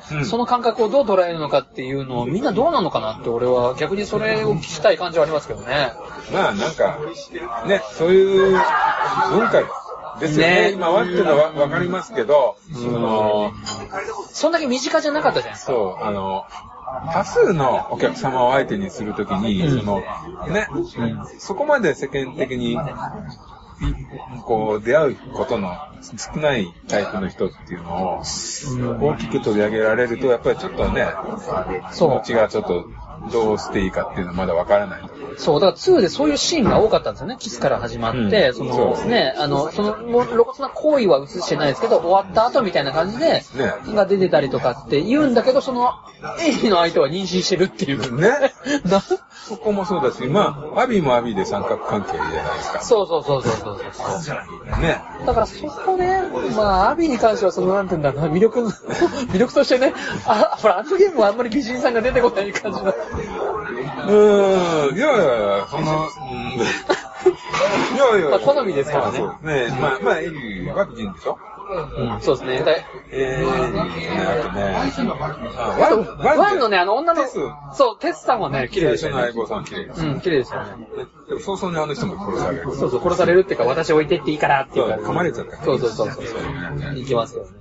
その感覚をどう捉えるのかっていうのをみんなどうなのかなって俺は逆にそれを聞きたい感じはありますけどね。 なんか、ね、そういう文化ですよね。今はっていうのはわかりますけど、 そんだけ身近じゃなかったじゃないですか。 そう、多数のお客様を相手にするときに、そこまで世間的に、出会うことの少ないタイプの人っていうのを大きく取り上げられると、やっぱりちょっとね、気持ちがちょっとどうしていいかっていうのはまだわからない。 そう、だから2でそういうシーンが多かったんですよね。キスから始まって、露骨な行為は映してないですけど、終わった後みたいな感じで、が出てたりとかって言うんだけど、エイリの相手は妊娠してるっていう。 ね。そこもそうだし、アビもアビで三角関係じゃないですか。 そう。 ね。 だからそこね、アビに関してはなんていうんだろうな、魅力としてね、ほら、あのゲームはあんまり美人さんが出てこない感じの。 いや、 好みですからね。 エリーは美人でしょ？ そうですね。ワンのね、女の、そう、テスさんはね、綺麗ですよね。 最初の相棒さん綺麗です。 綺麗ですよね。 でも早々にあの人も殺される。 そう、殺されるっていうか、私置いてっていいからっていうか。 噛まれちゃったから。 そう。いきますよね。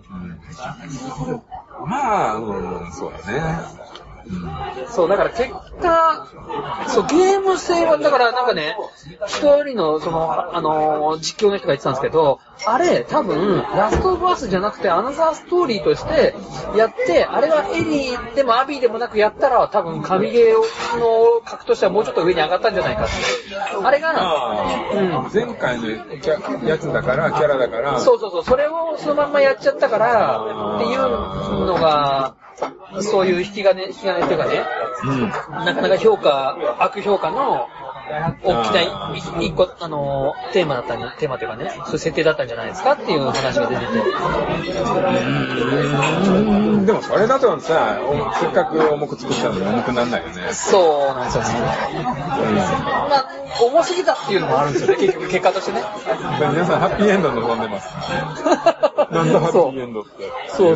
そうだね。 そう、だから結果、ゲーム性は、だからなんかね、一人の、実況の人が言ってたんですけど、あれ、多分、ラストオブアスじゃなくて、アナザーストーリーとしてやって、あれはエリーでもアビーでもなくやったら、多分、神ゲーの格としてはもうちょっと上に上がったんじゃないかって。あれが、 前回のやつだから、キャラだから。 そう、それをそのまんまやっちゃったから、っていうのが、そういう引き金っていうかね、なかなか悪評価の大きな一個、テーマというかね、そういう設定だったんじゃないですかっていう話が出てて。 でもそれだとさ、せっかく重く作ったのに重くなんないよね。 そうなんですよね。重すぎたっていうのもあるんですよね、結果としてね。 皆さんハッピーエンド望んでます。なんだハッピーエンドって。 そう。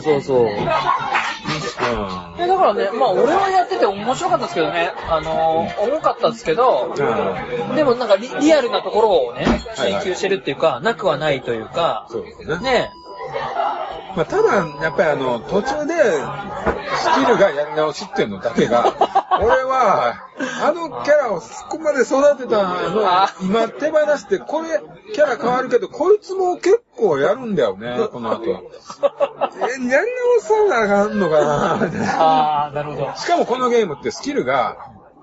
だからね、俺はやってて面白かったですけどね、重かったですけど、でもなんかリアルなところをね、研究してるっていうか、なくはないというか、 そうですね。 ただ、やっぱり途中で、スキルがやり直しっていうのだけが、俺は、あのキャラをそこまで育てたのを、今手放して、これ、キャラ変わるけど、こいつも結構やるんだよね、この後。やり直さなあかんのかな、みたいな。 なるほど。 しかもこのゲームってスキルが、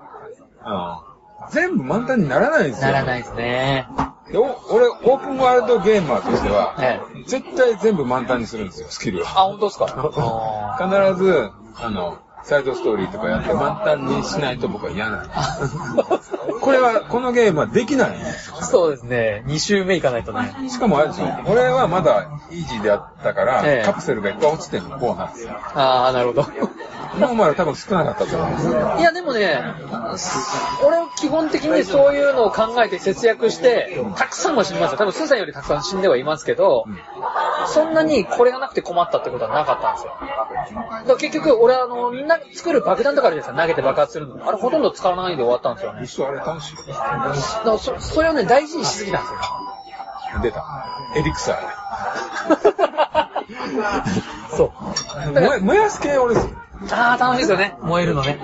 全部満タンにならないんですよ。 ならないですね。 俺、オープンワールドゲーマーとしては、絶対全部満タンにするんですよ、スキルは。 本当ですか？ 必ず、サイドストーリーとかやって満タンにしないと僕は嫌なんです。このゲームはできないんですよ。 そうですね。2周目いかないとね。 しかもあれですよ、俺はまだイージーであったから、カプセルがいっぱい落ちてるの、こうなんですよ。 なるほど。 ノーマル多分少なかったと思うんですよ。 いや、でもね、俺は基本的にそういうのを考えて節約して、たくさんは死にますよ。多分スーさんよりたくさん死んではいますけど、そんなにこれがなくて困ったってことはなかったんですよ。だから結局、俺みんな作る爆弾とかあるじゃないですか、投げて爆発するの。あれほとんど使わないで終わったんですよね。 嘘、あれ楽しい。だからそれをね、大事にしすぎたんですよ。 出た。エリクサー。 そう。 燃やす系俺あー、楽しいですよね。燃えるのね。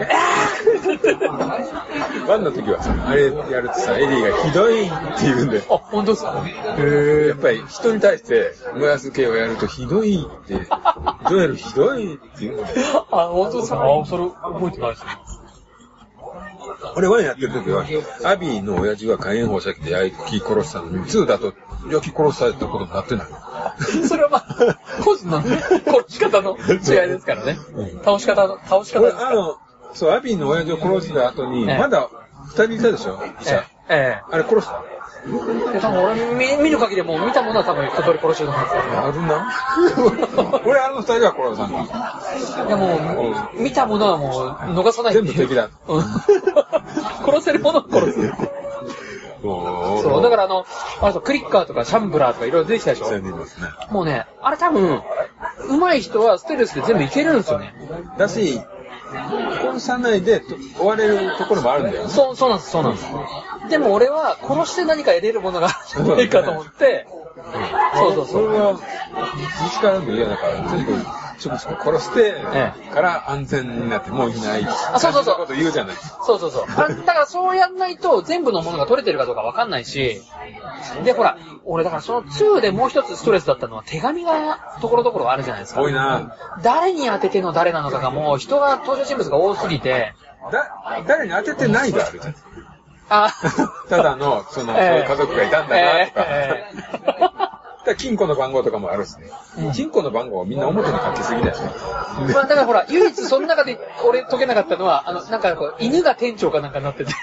1の時はさ、あれやるとさ、エリーがひどいって言うんで。 あ、本当ですか？ やっぱり人に対して燃やす系をやるとひどいって、どうやるひどいって言うんで。 あ、本当ですか？あ、それ覚えてないですね。 俺1やってる時は、アビーの親父は火炎放射器で焼き殺したのに、2だと焼き殺されたことになってない。 それはまあ、個人の殺し方の違いですからね。倒し方ですから。 そう、アビーの親父を殺した後に、まだ2人いたでしょ、医者。あれ殺した？ 多分俺見る限りもう見たものは多分一通り殺してると思うんですよ。 あるな。俺2人は殺さんの。 いやもう、見たものはもう逃さない。 全部敵だ。 殺せるものを殺す。そう、だからクリッカーとかシャンブラーとかいろいろ出てきたでしょ。もうね、あれ多分、上手い人はステルスで全部いけるんですよね。 だし、殺さないで終われるところもあるんだよね。 そうなんです。でも俺は殺して何か得れるものがないかと思って、 それは、見つからんの嫌だから、とにかく、ちょくちょく殺して、から安全になってもういない。 そう。 こと言うじゃない。 そう。だからそうやんないと全部のものが取れてるかどうかわかんないし、で、ほら、俺だからその2でもう一つストレスだったのは手紙がところどころあるじゃないですか。 多いな。 誰に当てての誰なのかがもう登場人物が多すぎて。 誰に当ててないがあるじゃん。 ただの、そういう家族がいたんだな、とか。金庫の番号とかもあるしね。金庫の番号をみんな表に書きすぎだよね。 まあだからほら、唯一その中で俺解けなかったのは、なんかこう、犬が店長かなんかになってて。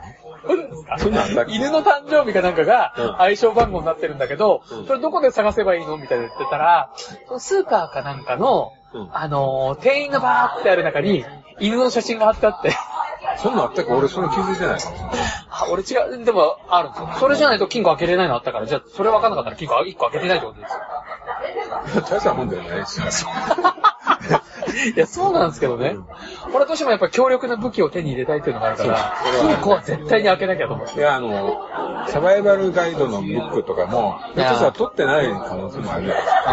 犬の誕生日かなんかが相性番号になってるんだけど、それどこで探せばいいのみたいな言ってたら、スーパーかなんかの、店員がバーってある中に、犬の写真が貼ってあって。 そんなあったか俺それ気づいてない。 俺違う、でもあるんですよ。それじゃないと金庫開けれないのあったから、じゃあそれ分かんなかったら金庫1個開けてないってことですよ。 大したもんだよね。 いや、そうなんですけどね。俺としてもやっぱり強力な武器を手に入れたいっていうのがあるから、金庫は絶対に開けなきゃと思って。 いや、サバイバルガイドのブックとかも、ひょっとしたら取ってない可能性もあるよ。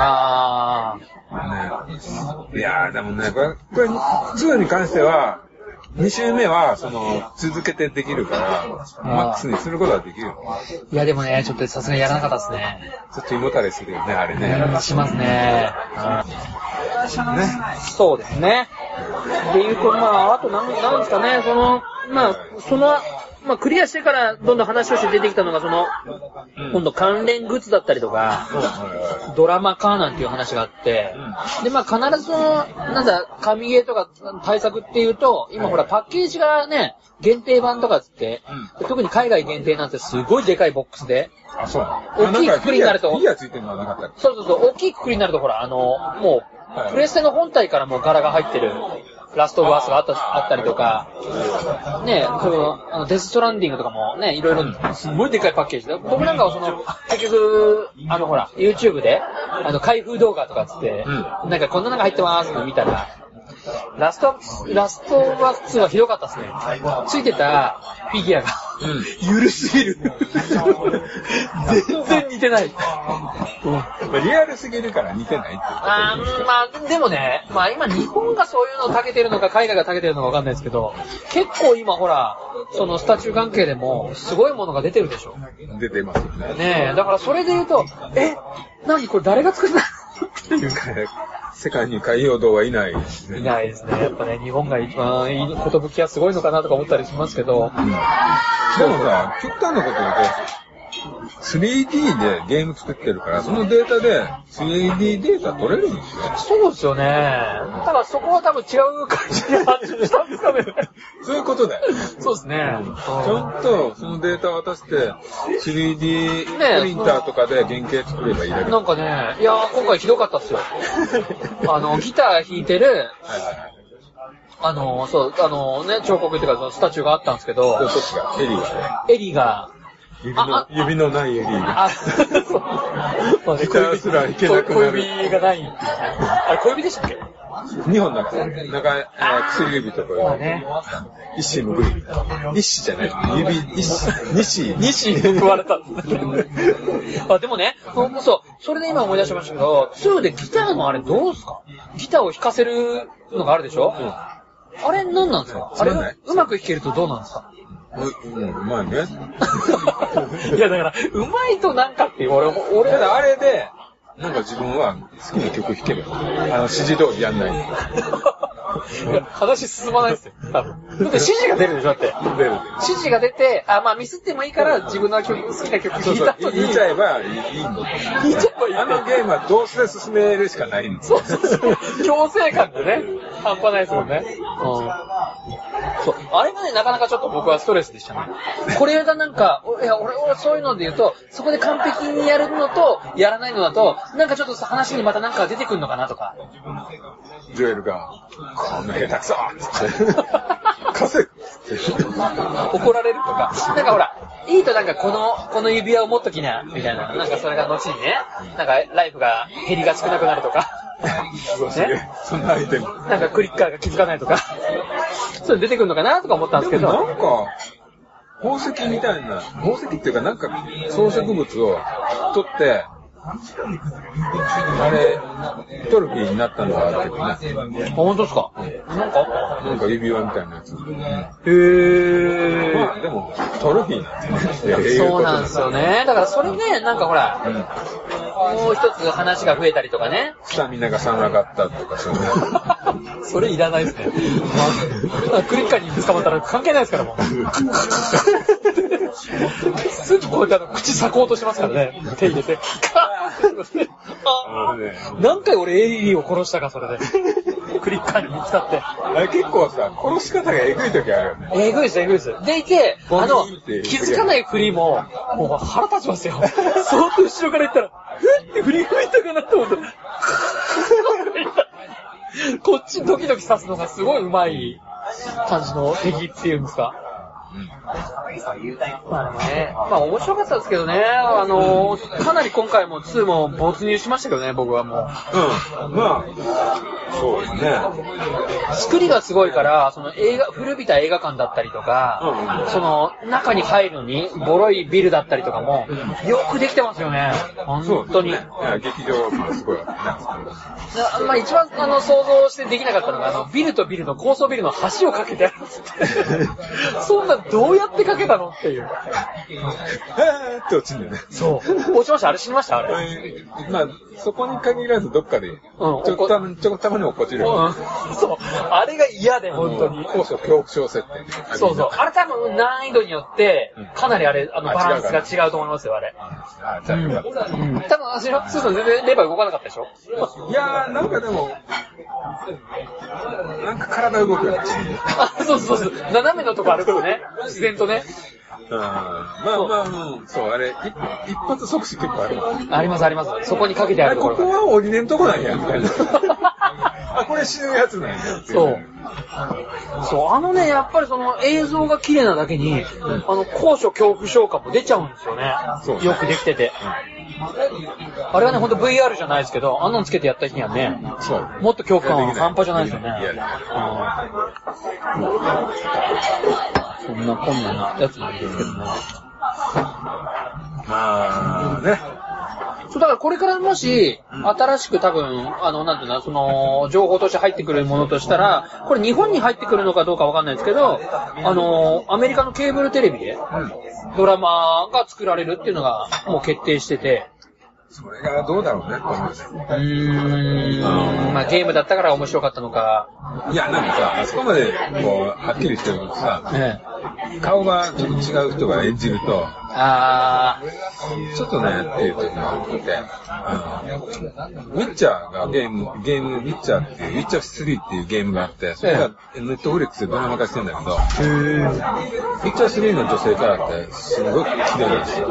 ね。いやでもね、これ、2に関しては、2周目は、続けてできるから、マックスにすることはできる。 いや、でもね、ちょっとさすがにやらなかったですね。 ちょっと胃もたれするよね、あれね。 しますね。そうですね。でいうと、あとなんですかね、クリアしてからどんどん話として出てきたのが、今度関連グッズだったりとか、ドラマ化なんていう話があって、で、必ず神ゲーとか対策っていうと、今ほらパッケージがね、限定版とかつって、特に海外限定なんてすごいでかいボックスで、大きいくくりになると、大きいくくりになるとほら、もう、プレステの本体からもう柄が入ってる、ラストオブアースがあったりとか、ね、デスストランディングとかもね、いろいろ、すごいでかいパッケージで、僕なんかは結局、YouTube で、開封動画とかつって、なんかこんなのが入ってますって見たら、ラストオブアース2はひどかったですね。ついてたフィギュアが、ゆるすぎる。全然似てない。 リアルすぎるから似てないっていう。 でもね、今日本がそういうのを長けてるのか海外が長けてるのかわかんないですけど、結構今ほら、スタチュー関係でもすごいものが出てるでしょ。 出てますよね。 ねえ、だからそれで言うと、何これ誰が作ったのっていうか。 世界に海洋堂はいないですね。いないですね。やっぱね、日本が一番いいことぶきはすごいのかなとか思ったりしますけど。 でもさ、極端なこと言うと、3D でゲーム作ってるから、そのデータで 3D データ取れるんですよ。 そうですよね。ただそこは多分違う感じで発注したんですかね。 そういうことだよ。 そうですね。 ちゃんとそのデータを渡して、3D プリンターとかで原型作ればいいだけ。 なんかね、いやー今回ひどかったっすよ。ギター弾いてる、彫刻っていうか、スタチューがあったんですけど、 どっちがエリが、 指のないエリーが。 ギターすらいけなくなる。小指がない。あれ小指でしたっけ ？2本だから。薬指とか。一矢報い。一矢じゃない。二矢報われた。でもね、それで今思い出しましたけど、2でギターのあれどうすか？ ギターを弾かせるのがあるでしょ、あれ何なんですか？あれうまく弾けるとどうなんですか？ うまいね。 いやだから、うまいとなんかっていう、俺ただあれで、なんか自分は好きな曲弾けば、指示通りやんない。 いや、話進まないですよ。多分。だって指示が出るでしょだって。 出る。 指示が出て、まあミスってもいいから自分の好きな曲弾いた後に。 弾いちゃえばいいの。 弾いちゃえばいい。 あのゲームはどうせ進めるしかないんです。 そう。強制感ってね、半端ないですもんね。そう。あれがね、なかなかちょっと僕はストレスでしたね。これがなんか、いや、俺そういうので言うと、そこで完璧にやるのと、やらないのだと、なんかちょっと話にまたなんか出てくるのかなとか。 ジョエルが、こんな下手くそって。稼ぐ怒られるとか。なんかほら、いいとなんかこの指輪を持っときな、みたいな。なんかそれが後にね、なんかライフが減りが少なくなるとか。 ね、そんなアイテム。 なんかクリッカーが気づかないとか。そういうの出てくるのかなとか思ったんですけど。 なんか、宝石みたいな、宝石っていうかなんか装飾物を取って、あれ、トロフィーになったのがあるけどね。 本当ですか？ なんか指輪みたいなやつ。 まあでも、トロフィーなんですよ。そうなんですよね。だからそれね、なんかほら、もう一つ話が増えたりとかね。 スタミナが3上がったとかそういうの。それいらないですね。クリッカーに捕まったら関係ないですからもう。すぐこうやって口裂こうとしますからね。手入れて。何回俺エリーを殺したか、それで。クリッカーに見つかって。 あれ結構さ、殺し方がエグい時あるよね。 エグいです。でいて、気づかない振りも、もう腹立ちますよ。そーっと後ろから言ったら、ふって振り向いたかなと思ったら、こっちドキドキ刺すのがすごい上手い感じの敵っていうんですか。まあね、まあ面白かったですけどね、かなり今回も2も没入しましたけどね、僕はもう。 まあ、そうですね。 作りがすごいから、古びた映画館だったりとか、その中に入るのに、ボロいビルだったりとかも、よくできてますよね。本当に。 劇場もすごいあったね。 まあ一番想像してできなかったのが、ビルとビルの高層ビルの橋を架けてあるって。そんなどうやってかけたのっていう。 って落ちんだよね。 そう。落ちました。あれ死にましたあれ。 まあ、そこに限らずどっかで、ちょっとたまに落っこちる。 そう。あれが嫌で、本当に。 高所恐怖症設定。 そう。あれ多分難易度によって、かなりあれ、バランスが違うと思いますよ、あれ。 じゃあよかった。 多分、スーさん全然レバー動かなかったでしょ？ いやー、なんかでも、なんか体動くよね。 そう。斜めのとこ歩くとね、自然とね。 まあ、そう、あれ、一発即死結構ある。 あります。そこにかけてあるところ。 ここは降りれんとこなんや、みたいな。これ死ぬやつなんや。 そう、やっぱりその映像が綺麗なだけに、高所恐怖症感も出ちゃうんですよね。よくできてて。あれはね、ほんと VR じゃないですけど、あんなのつけてやった日にはね、もっと恐怖感は半端じゃないですよね。そんなこんななやつなんですけどね。 まあ、ね。 そう、だからこれからもし、新しく多分、なんていうの、その、情報として入ってくるものとしたら、これ日本に入ってくるのかどうかわかんないですけど、アメリカのケーブルテレビで、ドラマが作られるっていうのがもう決定してて、 それがどうだろうね、 まあゲームだったから面白かったのか。 いや、なんかさ、あそこまで、こう、はっきりしてるとさ、顔がちょっと違う人が演じると、ちょっとね、っていう時があって、ウィッチャーがゲーム、ウィッチャーっていう、ウィッチャー3っていうゲームがあって、それがネットフリックスでドラマ化してんだけど、ウィッチャー3の女性からってすごい綺麗なんですよ。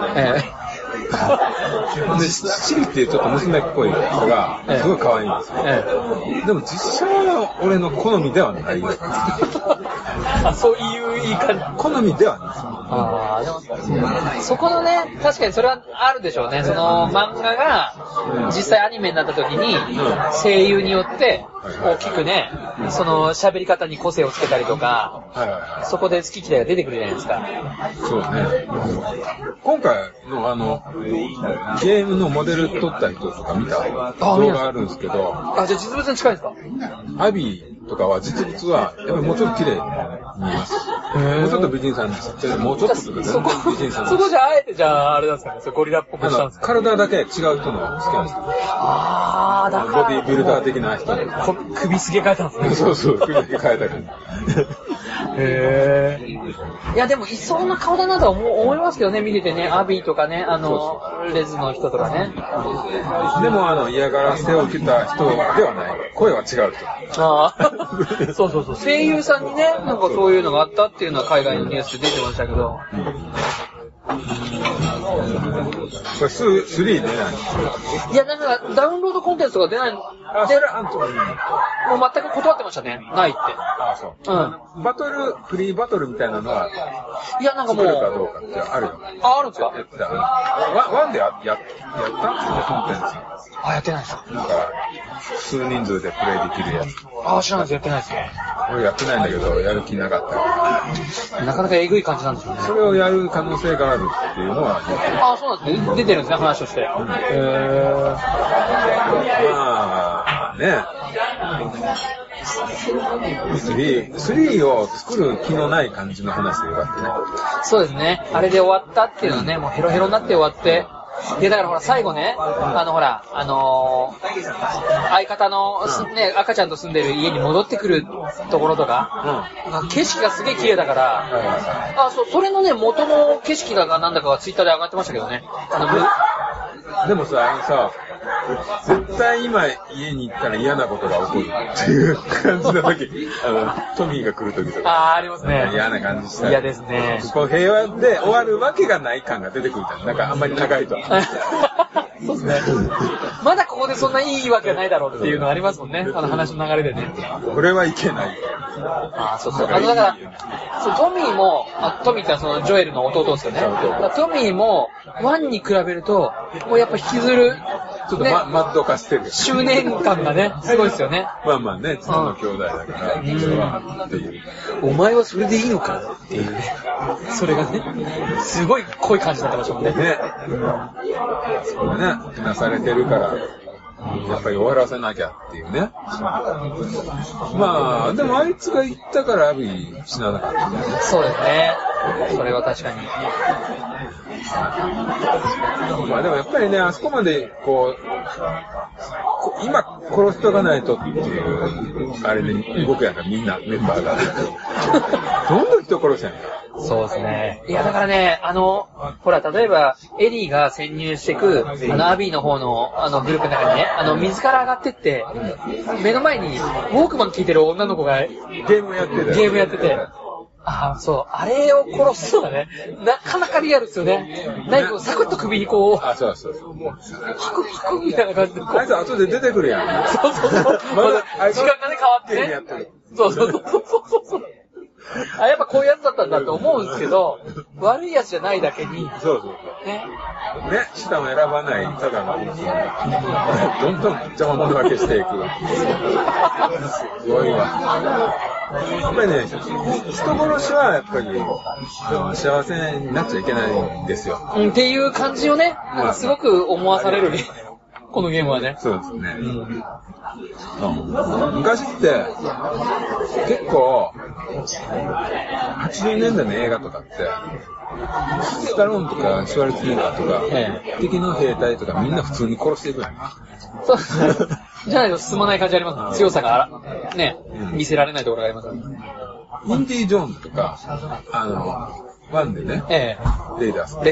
で、シリっていうちょっと娘っぽい人が、すごい可愛いんですよ。でも実際は俺の好みではない。 そういう言い方。 好みではないです。でも、そこのね、確かにそれはあるでしょうね。その漫画が実際アニメになった時に、声優によって大きくね、その喋り方に個性をつけたりとか、そこで好き嫌いが出てくるじゃないですか。 そうね。今回のゲームのモデル撮った人とか見た動画があるんですけど。 じゃあ実物に近いんですか？ アビーとかは実物はやっぱりもうちょっと綺麗に見えます。もうちょっと美人さんにして、もうちょっととか美人さん。 そこじゃあえてじゃああれなんですかね。ゴリラっぽくしたんですか？ 体だけ違う人の好きなんですよ。だからボディビルダー的な人。 首すげ変えたんですね。 そう、首すげ変えたから。 いやでもいそうな顔だなとは思いますけどね、見ててね、アビーとかね、レズの人とかね。 でも嫌がらせを受けた人ではない。声は違う人。 そう。声優さんにね、なんかそういうのがあったっていうのは海外のニュースで出てましたけど。 これ3出ない？ いや、なんかダウンロードコンテンツとか出ないの。 それはもう全く断ってましたね。ないって。 そう。フリーバトルみたいなのは、 いや、なんかもう。 作るかどうかってあるよ。 あるんですか？ ワンでやったコンテンツ。 やってないですか？ だから、数人数でプレイできるやつ。 知らないです。やってないですよ。 俺やってないんだけど、やる気なかったから。 なかなかえぐい感じなんですよね。 それをやる可能性があるっていうのは言ってる。 そうなんですね。出てるんですね、話として。 3を作る気のない感じの話でよかったね。 そうですね。あれで終わったっていうのはね、もうヘロヘロになって終わって、だからほら、最後ね、相方の、赤ちゃんと住んでる家に戻ってくるところとか、景色がすげえ綺麗だから、それのね、元の景色がなんだかがツイッターで上がってましたけどね。 でもさ、絶対今家に行ったら嫌なことが起こるっていう感じの時、トミーが来る時とか。 ありますね。 嫌な感じした。 嫌ですね。 こう平和で終わるわけがない感が出てくるじゃん。なんかあんまり長いと。 そうですね。まだここでそんないいわけがないだろうっていうのありますもんね。話の流れでね。 俺はいけない。 そう。だから、トミーも、トミーってそのジョエルの弟ですよね。トミーも、ワンに比べると、もうやっぱ引きずる、 ちょっとマッド化してる。 執念感がね、すごいですよね。 まあね、妻の兄弟だから、っていう。 お前はそれでいいのかっていうね。それがね、すごい濃い感じになってましたもんね。 そうだね、なされてるから、やっぱり終わらせなきゃっていうね。でもあいつが言ったからアビー死ななかったね。 そうですね。それは確かに。 でもやっぱりね、あそこまで今殺しとかないとっていう、あれで動くやんか、みんな、メンバーが。どんどん人殺せんか。 そうですね。いや、だからね、ほら、例えば、エリーが潜入してく、アビーの方の、グループの中にね、水から上がってって、目の前に、ウォークマン聴いてる女の子が、 ゲームやってて。 そう。あれを殺すのがね、なかなかリアルですよね。ナイフをサクッと首にそう。 パクみたいな感じで。 あいつ後で出てくるやん。 そう。時間がね、変わってね。そう。やっぱこういうやつだったんだと思うんですけど、悪いやつじゃないだけに。 そう。ね、下を選ばない、ただの、どんどん邪魔者分けしていく。すごいわ。やっぱりね、人殺しはやっぱり幸せになっちゃいけないんですよ。 っていう感じをね、なんかすごく思わされるね。このゲームはね。 そうですね。昔って結構80年代の映画とかってスタローンとかシュワルツェネッガーとか、敵の兵隊とかみんな普通に殺していくのよ。 そうじゃないと進まない感じありますね。強さがね、見せられないところがありますね。 インディ・ジョーンズとかワンでね、レイダース。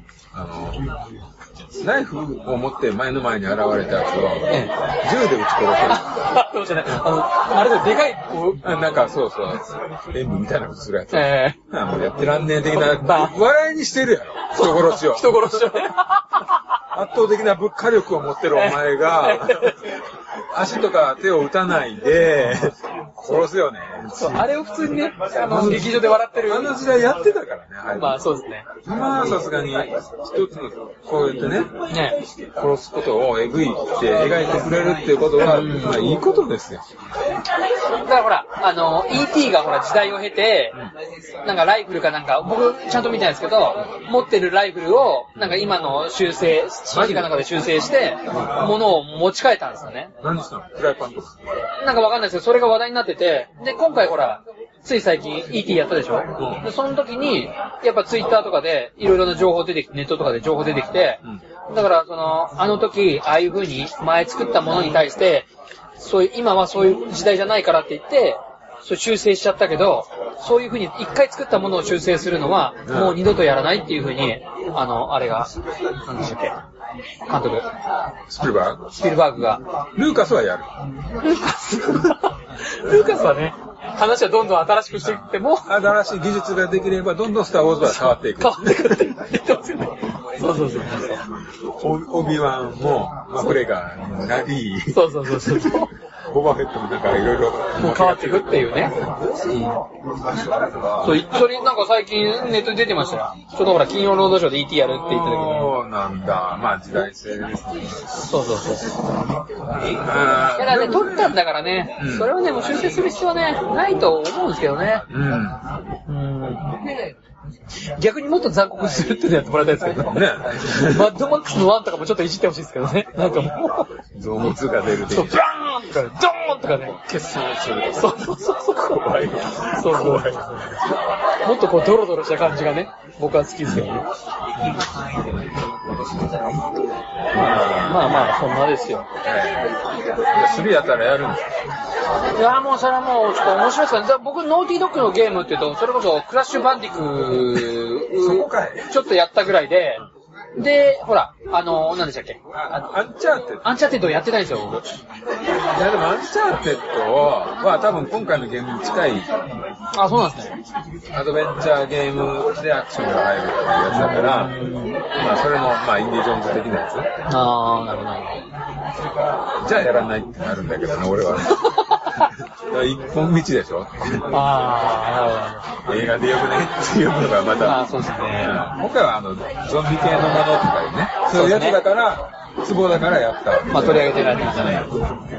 ナイフを持って前の前に現れたやつを、銃で撃ち殺せる。 そうじゃない。あれででかい、 なんかそう、演武みたいなことするやつ。もうやってらんねえ的な、笑いにしてるやろ。人殺しを。 人殺しをね。 圧倒的な物火力を持ってるお前が、足とか手を打たないで、殺すよね。 そう、あれを普通にね、劇場で笑ってる。 あの時代やってたからね、 まあそうですね。 今はさすがに、一つの、こうやってね、殺すことをえぐいって描いてくれるっていうことは、まあいいことですよ。 だからほら、E.T. がほら時代を経て、なんかライフルかなんか、僕ちゃんと見たんですけど、持ってるライフルを、なんか今のCG かなんかで修正して、物を持ち替えたんですよね。 何したの？フライパンとか。 なんかわかんないですけど、それが話題になってて、で、今回ほら、つい最近 E.T. やったでしょ、で、その時に、やっぱツイッターとかで、いろいろな情報出てきて、ネットとかで情報出てきて、だから、あの時、ああいう風に前作ったものに対して、今はそういう時代じゃないからって言って、修正しちゃったけど、そういう風に一回作ったものを修正するのは、もう二度とやらないっていう風に、あれが、何でしたっけ監督。 スピルバーグが。 ルーカスはやる。 ルーカスはね、話はどんどん新しくしていっても、 新しい技術ができれば、どんどんスターウォーズは変わっていく。 って言ってますよね。そう。 オビワンも、マクレガーになり、 そう。 ボバフェットもなんかいろいろもう変わっていくっていうね。それなんか最近ネットに出てましたよ。ちょうどほら金曜ロードショーで E.T. やるって言ってたけど。 そうなんだ。まあ時代性ですね。 そう。いやね、撮ったんだからね、それをね、もう修正する必要はね、ないと思うんですけどね。逆にもっと残酷するってのやってもらいたいですけどね。マッドマックスの1とかもちょっといじってほしいですけどね。なんかもう。臓物が出るで。 そう、バーンとか、ドーンとかね。 欠損する。 そう。 怖い。 そう。もっとこう、ドロドロした感じがね、僕は好きですよね。まあ、そんなですよ。 3やったらやるんですか？ いや、もうそれはもう、ちょっと面白いですからね。僕、ノーティードッグのゲームって言うと、それこそ、クラッシュバンディクちょっとやったぐらいで、で、ほら、何でしたっけ？ アンチャーテッドやってないんですよ、僕。 いや、でもアンチャーテッドは多分今回のゲームに近い。 あ、そうなんですね。 アドベンチャーゲームでアクションが入るっていうやつだから、まあそれの、まあインディ・ジョーンズ的なやつ。 なるほど。 じゃあやらないってなるんだけどね、俺は。一本道でしょ。映画でよくねっていうのがまた。 そうですね。 今回はゾンビ系のものとかいうね、そういうやつだから、ツボだからやった。 まあ取り上げてられてましたね。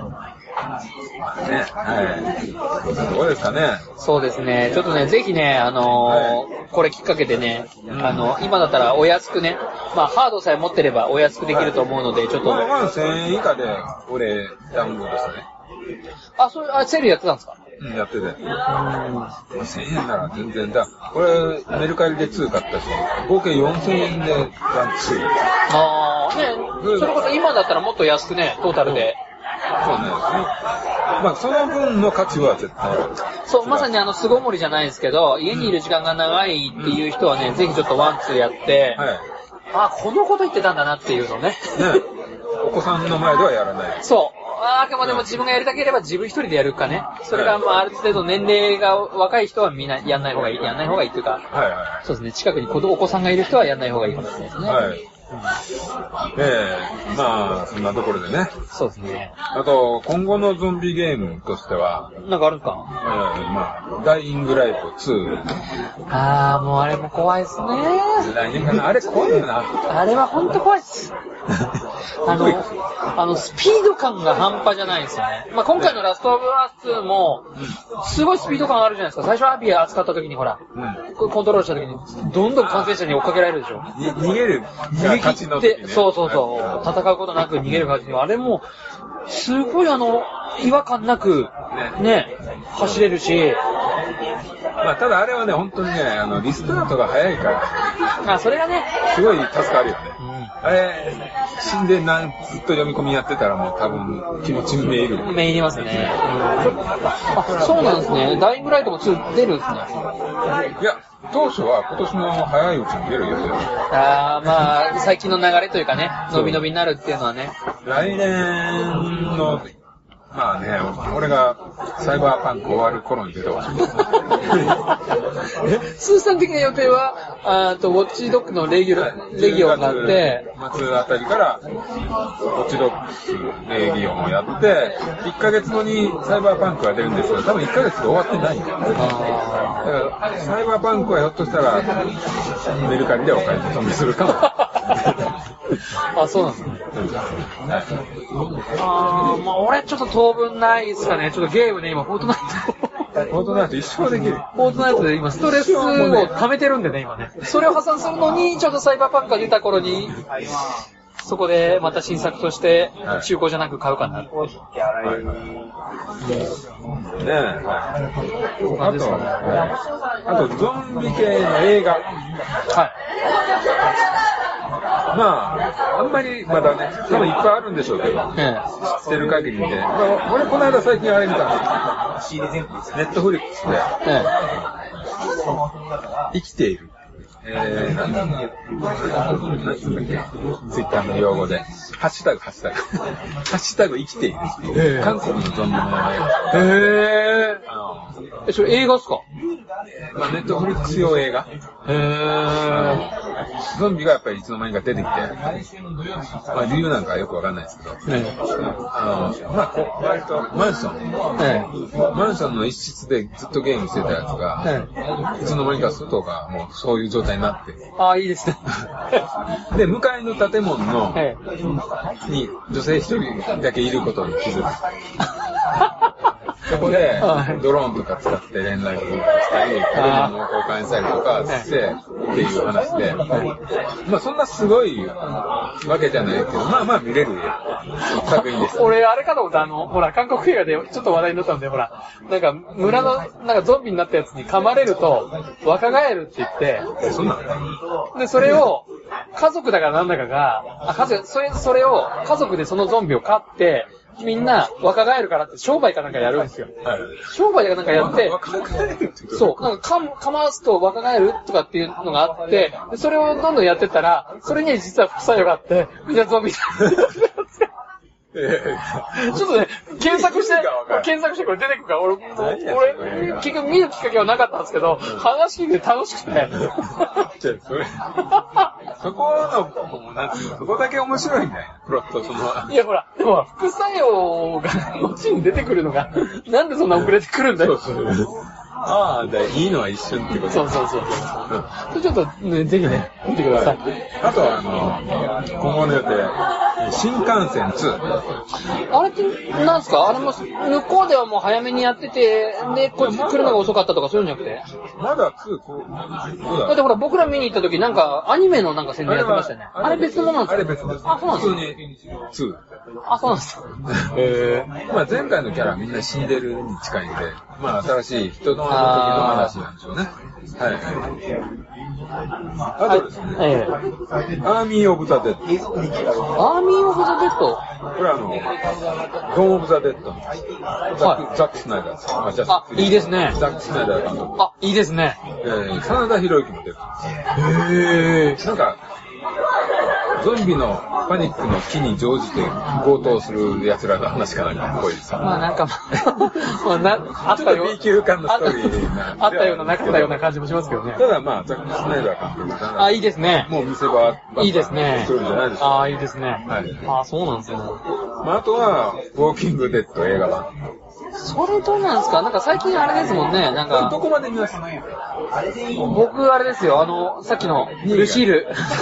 どうですかね。 そうですね。ちょっとね、ぜひね、これきっかけでね、今だったらお安くね、まあハードさえ持ってればお安くできると思うので、ちょっと。 まあ1000円以下で俺ダウンロードしたね。 セールやってたんですか？ やってて。1000円なら全然だ。これ、メルカリで2買ったし、合計4000円でワンツー。 それこそ今だったらもっと安くね、トータルで。 そうね。まあ、その分の価値は絶対ある。 そう、まさに巣ごもりじゃないですけど、家にいる時間が長いっていう人はね、ぜひちょっとワンツーやって、このこと言ってたんだなっていうのね。 お子さんの前ではやらない。 そう。あくまでも自分がやりたければ自分一人でやるかね。それが、まあ、ある程度年齢が若い人はみんなやんない方がいい。やんない方がいいっていうか、そうですね。近くにお子さんがいる人はやんない方がいいかもしれないですね。 まあ、そんなところでね。 そうですね。 あと、今後のゾンビゲームとしては、 なんかあるんか？ まあ、ダイイングライト2。 もうあれも怖いですね。 来年かな。あれ怖いよな。 あれはほんと怖いです。スピード感が半端じゃないですよね。まあ、今回のラストオブアース2も、すごいスピード感あるじゃないですか。最初アビア扱った時にほら、コントロールした時に、どんどん感染者に追っかけられるでしょ。 逃げる。 逃げ切って、そう。戦うことなく逃げる感じの、あれも、すごい違和感なく、走れるし、 まあ、ただあれはね、本当にね、リスタートが早いから。 それがね、 すごい助かるよね。あれ、死んでずっと読み込みやってたらもう多分気持ちめいる。 めいりますね。そうなんですね。ダイイングライトも2出るんですね。 いや、当初は今年の早いうちに出る予定だ。 まあ、最近の流れというかね、伸び伸びになるっていうのはね。 来年の、まあね、俺がサイバーパンク終わる頃に出てほしい。 スーさん的な予定は、ウォッチドッグのレギオンがあって、 末あたりから、ウォッチドッグレギオンをやって、1ヶ月後にサイバーパンクが出るんですけど、多分1ヶ月で終わってないんだよ。だから、サイバーパンクはひょっとしたら、メルカリでお買い求めするかも。 そうなんですね。俺ちょっと当分ないですかね。ちょっとゲームね、今、フォートナイト一生できる。 フォートナイトで今、ストレスを溜めてるんでね、今ね。それを破産するのに、ちょっとサイバーパンクが出た頃に、そこでまた新作として、中古じゃなく買うかな。 あと、ゾンビ系の映画。あんまりまだね、多分いっぱいあるんでしょうけど、知ってる限りで。俺この間最近あれ見たんですよ。ネットフリックスで、生きている。なんつうんだっけ、ツイッターの用語で、ハッシュタグ。ハッシュタグ生きている。韓国のゾンビの映画。それ映画っすか？ ネットフリックス用映画。ゾンビがやっぱりいつの間にか出てきて、理由なんかはよくわかんないですけど、割とマンションの一室でずっとゲームしてたやつが、いつの間にか外がもうそういう状態になって。 いいですね。 で、向かいの建物の、に女性一人だけいることに気づく。そこで、ドローンとか使って連絡したり、子供の交換したりとかして、っていう話で、そんなすごいわけじゃないけど、見れる作品です。 俺、あれかと思った、ほら、韓国映画でちょっと話題になったんで、ほら、なんか、村の、なんかゾンビになったやつに噛まれると、若返るって言って、 そんなで、それを、家族だからなんだかが、それを、家族でそのゾンビを飼って、みんな若返るからって商売かなんかやるんですよ。商売かなんかやって、そう、なんか噛ますと若返るとかっていうのがあって、それをどんどんやってったら、それに実は副作用があって、みんなゾンビになって。ちょっとね、検索してこれ出てくるから、俺、結局見るきっかけはなかったんですけど、話聞いて楽しくて。 そこだけ面白いんだよ、プロット、 いや、ほら、副作用が、こっちに出てくるのが、なんでそんな遅れてくるんだよ。 いいのは一瞬ってこと。 そう。ちょっとね、ぜひね、見てください。 あとは、今後の予定、新幹線2。 あれって、なんすか？あれも、向こうではもう早めにやってて、で、こっち来るのが遅かったとかそういうんじゃなくて？ まだ2、 だってほら、僕ら見に行った時なんか、アニメのなんか宣伝やってましたよね。あれ別のものなんですか？ あれ別です。 そうなんですか？ 普通に2。 そうなんですか？ 前回のキャラみんな死んでるに近いんで、新しい人の時の話なんでしょうね。あとですね、アーミー・オブ・ザ・デッド。 アーミー・オブ・ザ・デッド？ これはドーン・オブ・ザ・デッドのザック・スナイダーです。 いいですね。 ザック・スナイダー監督。 いいですね。 真田広之も出るんです。なんか、ゾンビのパニックの機に乗じて強盗する奴らの話かなんかっぽいですよ。 なんか、あったよ。 B 級感のストーリーな。あったような、なかったような感じもしますけどね。 ただザック・スナイダー監督。 いいですね。 もう見せ場いいですね。 来るんじゃないですか。 いいですね。そうなんですよね。 あとは、ウォーキングデッド映画版。 それどうなんですか？なんか最近あれですもんね、なんか。 どこまで見ます？ 僕あれですよ、さっきのルシール。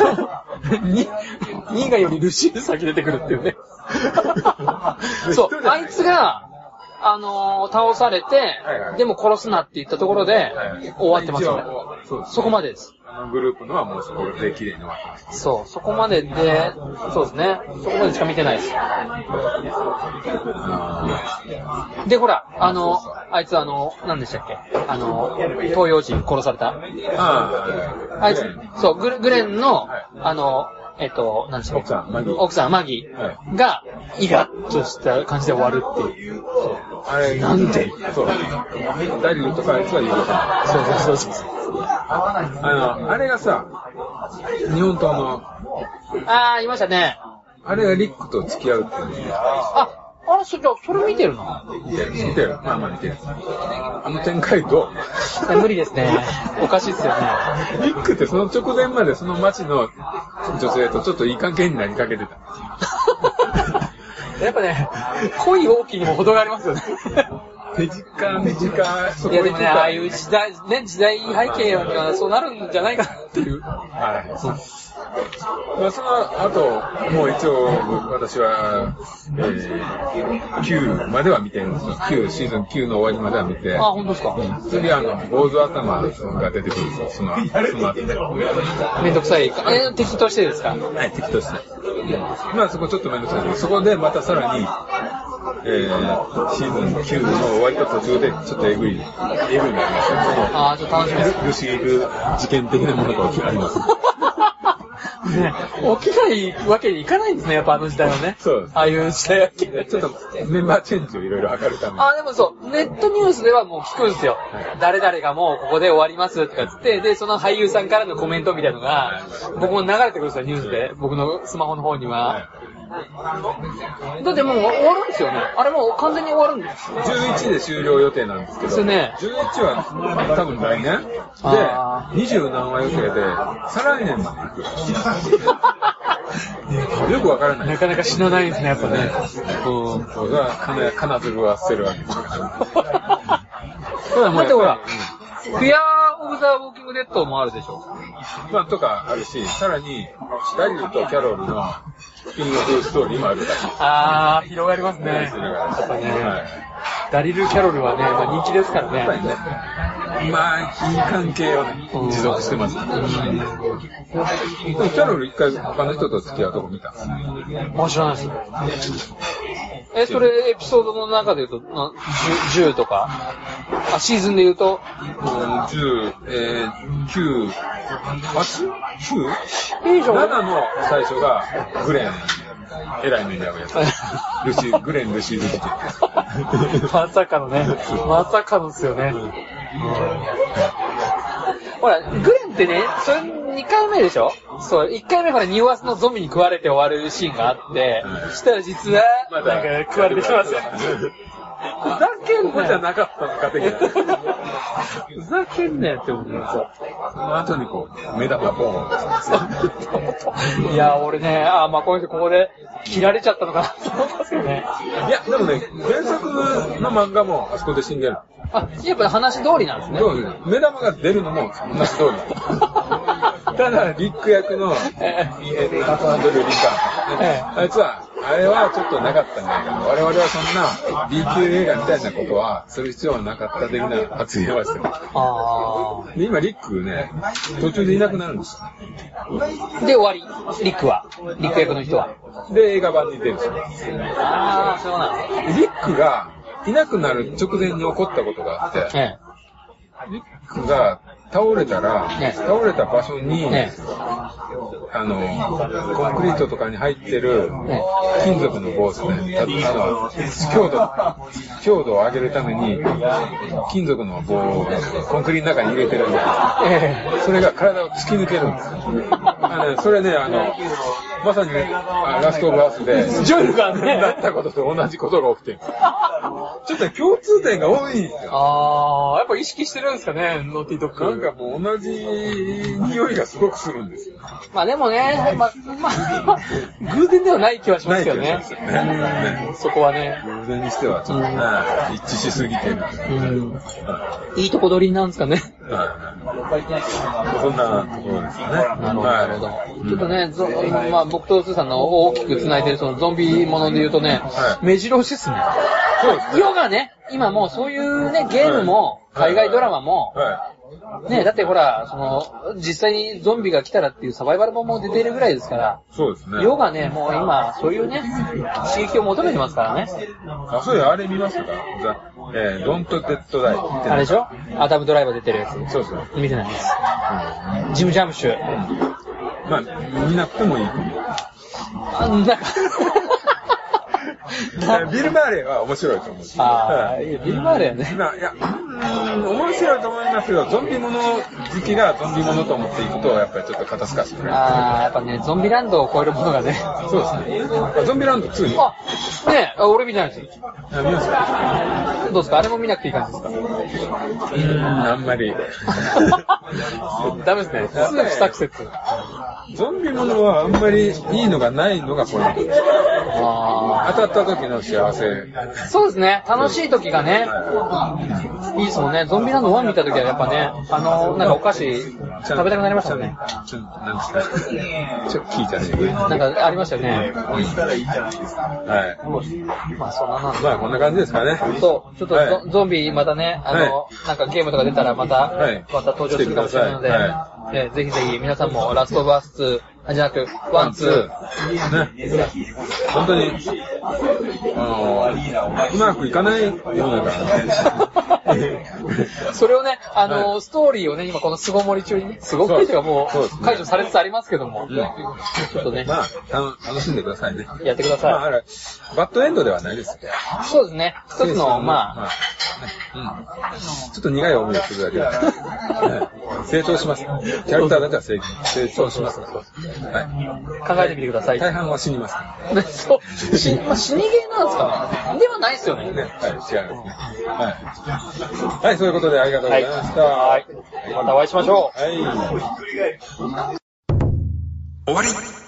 ニーガよりルシール先出てくるっていうね。そう、あいつが、倒されて、でも殺すなって言ったところで、終わってますよね。そこまでです。 グループのはもうそこで綺麗に終わってます。 そう、そこまでで、そうですね。そこまでしか見てないです。で、ほら、あいつ何でしたっけ？東洋人殺された。あいつ、そう、グレンの、何でしたっけ？奥さん、マギが、イラッとした感じで終わるっていう。 あれ、 なんで？ そう。ダリルとかあいつは許せない。 そう。 あれがさ、日本刀の。 いましたね。 あれがリックと付き合うっていう。 ああれ、それ見てるの？ 見てる。まあ見てる。あの展開どう？無理ですね。おかしいっすよね。 リックってその直前までその街の女性とちょっといい関係になりかけてた。 やっぱね、恋大きにも程がありますよね。 短い。 いやでもね、ああいう時代背景にはそうなるんじゃないかなっていう。 はい。まあその後、もう一応私は、9までは見てるんですよ。シーズン9の終わりまでは見て。 あ、本当ですか。 次坊主頭が出てくるんですよ。その後で。 めんどくさい。敵としてですか？ はい、敵として。まあそこちょっとめんどくさいですけど、そこでまたさらに、シーズン9の終わりと途中でちょっとエグいになりますよ。 ああ、ちょっと楽しみです。 ルシール事件的なものが起きます。 ね、起きないわけにいかないんですね、やっぱあの時代はね。 そうです。 ああいう時代は。ちょっとメンバーチェンジをいろいろ図るために。 でもそう、ネットニュースではもう聞くんですよ。誰々がもうここで終わりますとかつって、で、その俳優さんからのコメントみたいなのが、僕も流れてくるんですよ、ニュースで。僕のスマホの方には。だってもう終わるんですよね。あれもう完全に終わるんです。 11で終了予定なんですけど。 ですね。 11は多分来年で、20何話予定で、再来年まで行く。よくわからない。 なかなか死なないんですね、やっぱね。 そうだ、金鶴は捨てるわけですから。 だってほら、フェアオブザ・ウォーキングデッドもあるでしょ。 まあ、とかあるし、さらに、ダリルとキャロルのスピンオフストーリーもあるらしい。 広がりますね。やっぱね、 はい、 ダリル・キャロルはね、まあ、人気ですからね。やっぱりね。 まあ、いい関係をね、持続してます。キャロル一回他の人と付き合うとこ見た。 知らないです。それエピソードの中で言うと、10とかシーズンで言うと、 10、9、8？9？ 7の最初がグレン。えらい目に遭うやつ。グレン・ルシール事件。 まさかのね。まさかのですよね。ほら、グレンってね、それ2回目でしょ？そう、1回目ほら、ニュアスのゾンビに食われて終わるシーンがあって、したら実は、なんか食われてきますよ。ふざけんなよ。 じゃなかったのか的な。 ふざけんなよって思うんですよ。 その後にこう、目玉ボーン。いや、俺ね、まあこの人ここで切られちゃったのかなと思いますよね。 いや、でもね、原作の漫画もあそこで死んでる。 やっぱ話通りなんですね。 目玉が出るのも話通りなんです。ただ、リック役の、アンドリュー・リンカーン。あいつは、あれはちょっとなかったんだけど、我々はそんな B 級映画みたいなことはする必要はなかった的な発言はしてます。で、今リックね、途中でいなくなるんですよ。 で、終わり。リック役の人は。 で、映画版に出るんですよ。 そうなんです。 リックがいなくなる直前に起こったことがあって、リックが倒れたら、倒れた場所に、コンクリートとかに入ってる金属の棒ですね。強度を上げるために金属の棒をコンクリの中に入れてるんです。それが体を突き抜けるんです。それね、まさにね、ラストオブアースで、 ジョイルがね、 なったことと同じことが起きてる。ちょっと共通点が多いんですよ。 やっぱ意識してるんですかね、ノーティードッグ。 なんかもう同じ匂いがすごくするんですよ。 まあでもね、偶然ではない気はしますよね。そこはね。 偶然にしてはちょっと一致しすぎてる。 いいとこ取りなんですかね。 そんなところですよね。 なるほど。ちょっとね、まあ僕とスーさんの大きく繋いでるそのゾンビもので言うとね、目白押しですね。世がね、今もうそういうね、ゲームも、海外ドラマも、ね、だってほら、実際にゾンビが来たらっていうサバイバル本も出ているぐらいですから、 そうですね。 世がね、もう今、そういうね、刺激を求めてますからね。 そういうあれ見ましたか？ドント・デッド・ダイ。 あれでしょ？アダム・ドライバー出てるやつ。 そうそう。 見てないです。ジム・ジャムシュ。 まあ、見なくてもいい。ビル・マーレーは面白いと思う。 ビル・マーレーはね。 面白いと思いますけど、ゾンビもの自好きがゾンビものと思っていくと、やっぱりちょっと肩透かし。 やっぱね、ゾンビランドを超えるものがね。 そうですね。ゾンビランド2に。 俺見てないですよ。 見ますか？ どうですか？あれも見なくていい感じですか？ あんまり。 ダメですね。2不作説。 ゾンビものはあんまりいいのがないのがポイントです。当たった時の幸せ。 そうですね。楽しい時がね。いいですもんね。ゾンビランド1見た時はやっぱね、なんかお菓子食べたくなりましたね。 なんですか？ちょっと聞いたね。 なんかありましたよね。 はい。 まあそんなまあこんな感じですかね。 そう。ちょっとゾンビまたね、なんかゲームとか出たらまた登場するかもしれないので、ぜひぜひ皆さんもラストバース2、じゃなく、ワン、ツー。 ね。本当に、うまくいかない世の中。 それをね、ストーリーをね、今この巣ごもり中にね、巣ごもりというかもう解除されつつありますけども、ちょっとね。 まあ、楽しんでくださいね。 やってください。 バッドエンドではないですよ。 そうですね。一つの、 ちょっと苦い思いをするだけだ。成長します。キャラクターだけは成長します。 考えてみてください。 大半は死にます。 そう。死にゲーなんですかね。ではないですよね。 はい、違いますね。はい、そういうことでありがとうございました。 はい。またお会いしましょう。 はい。終わり。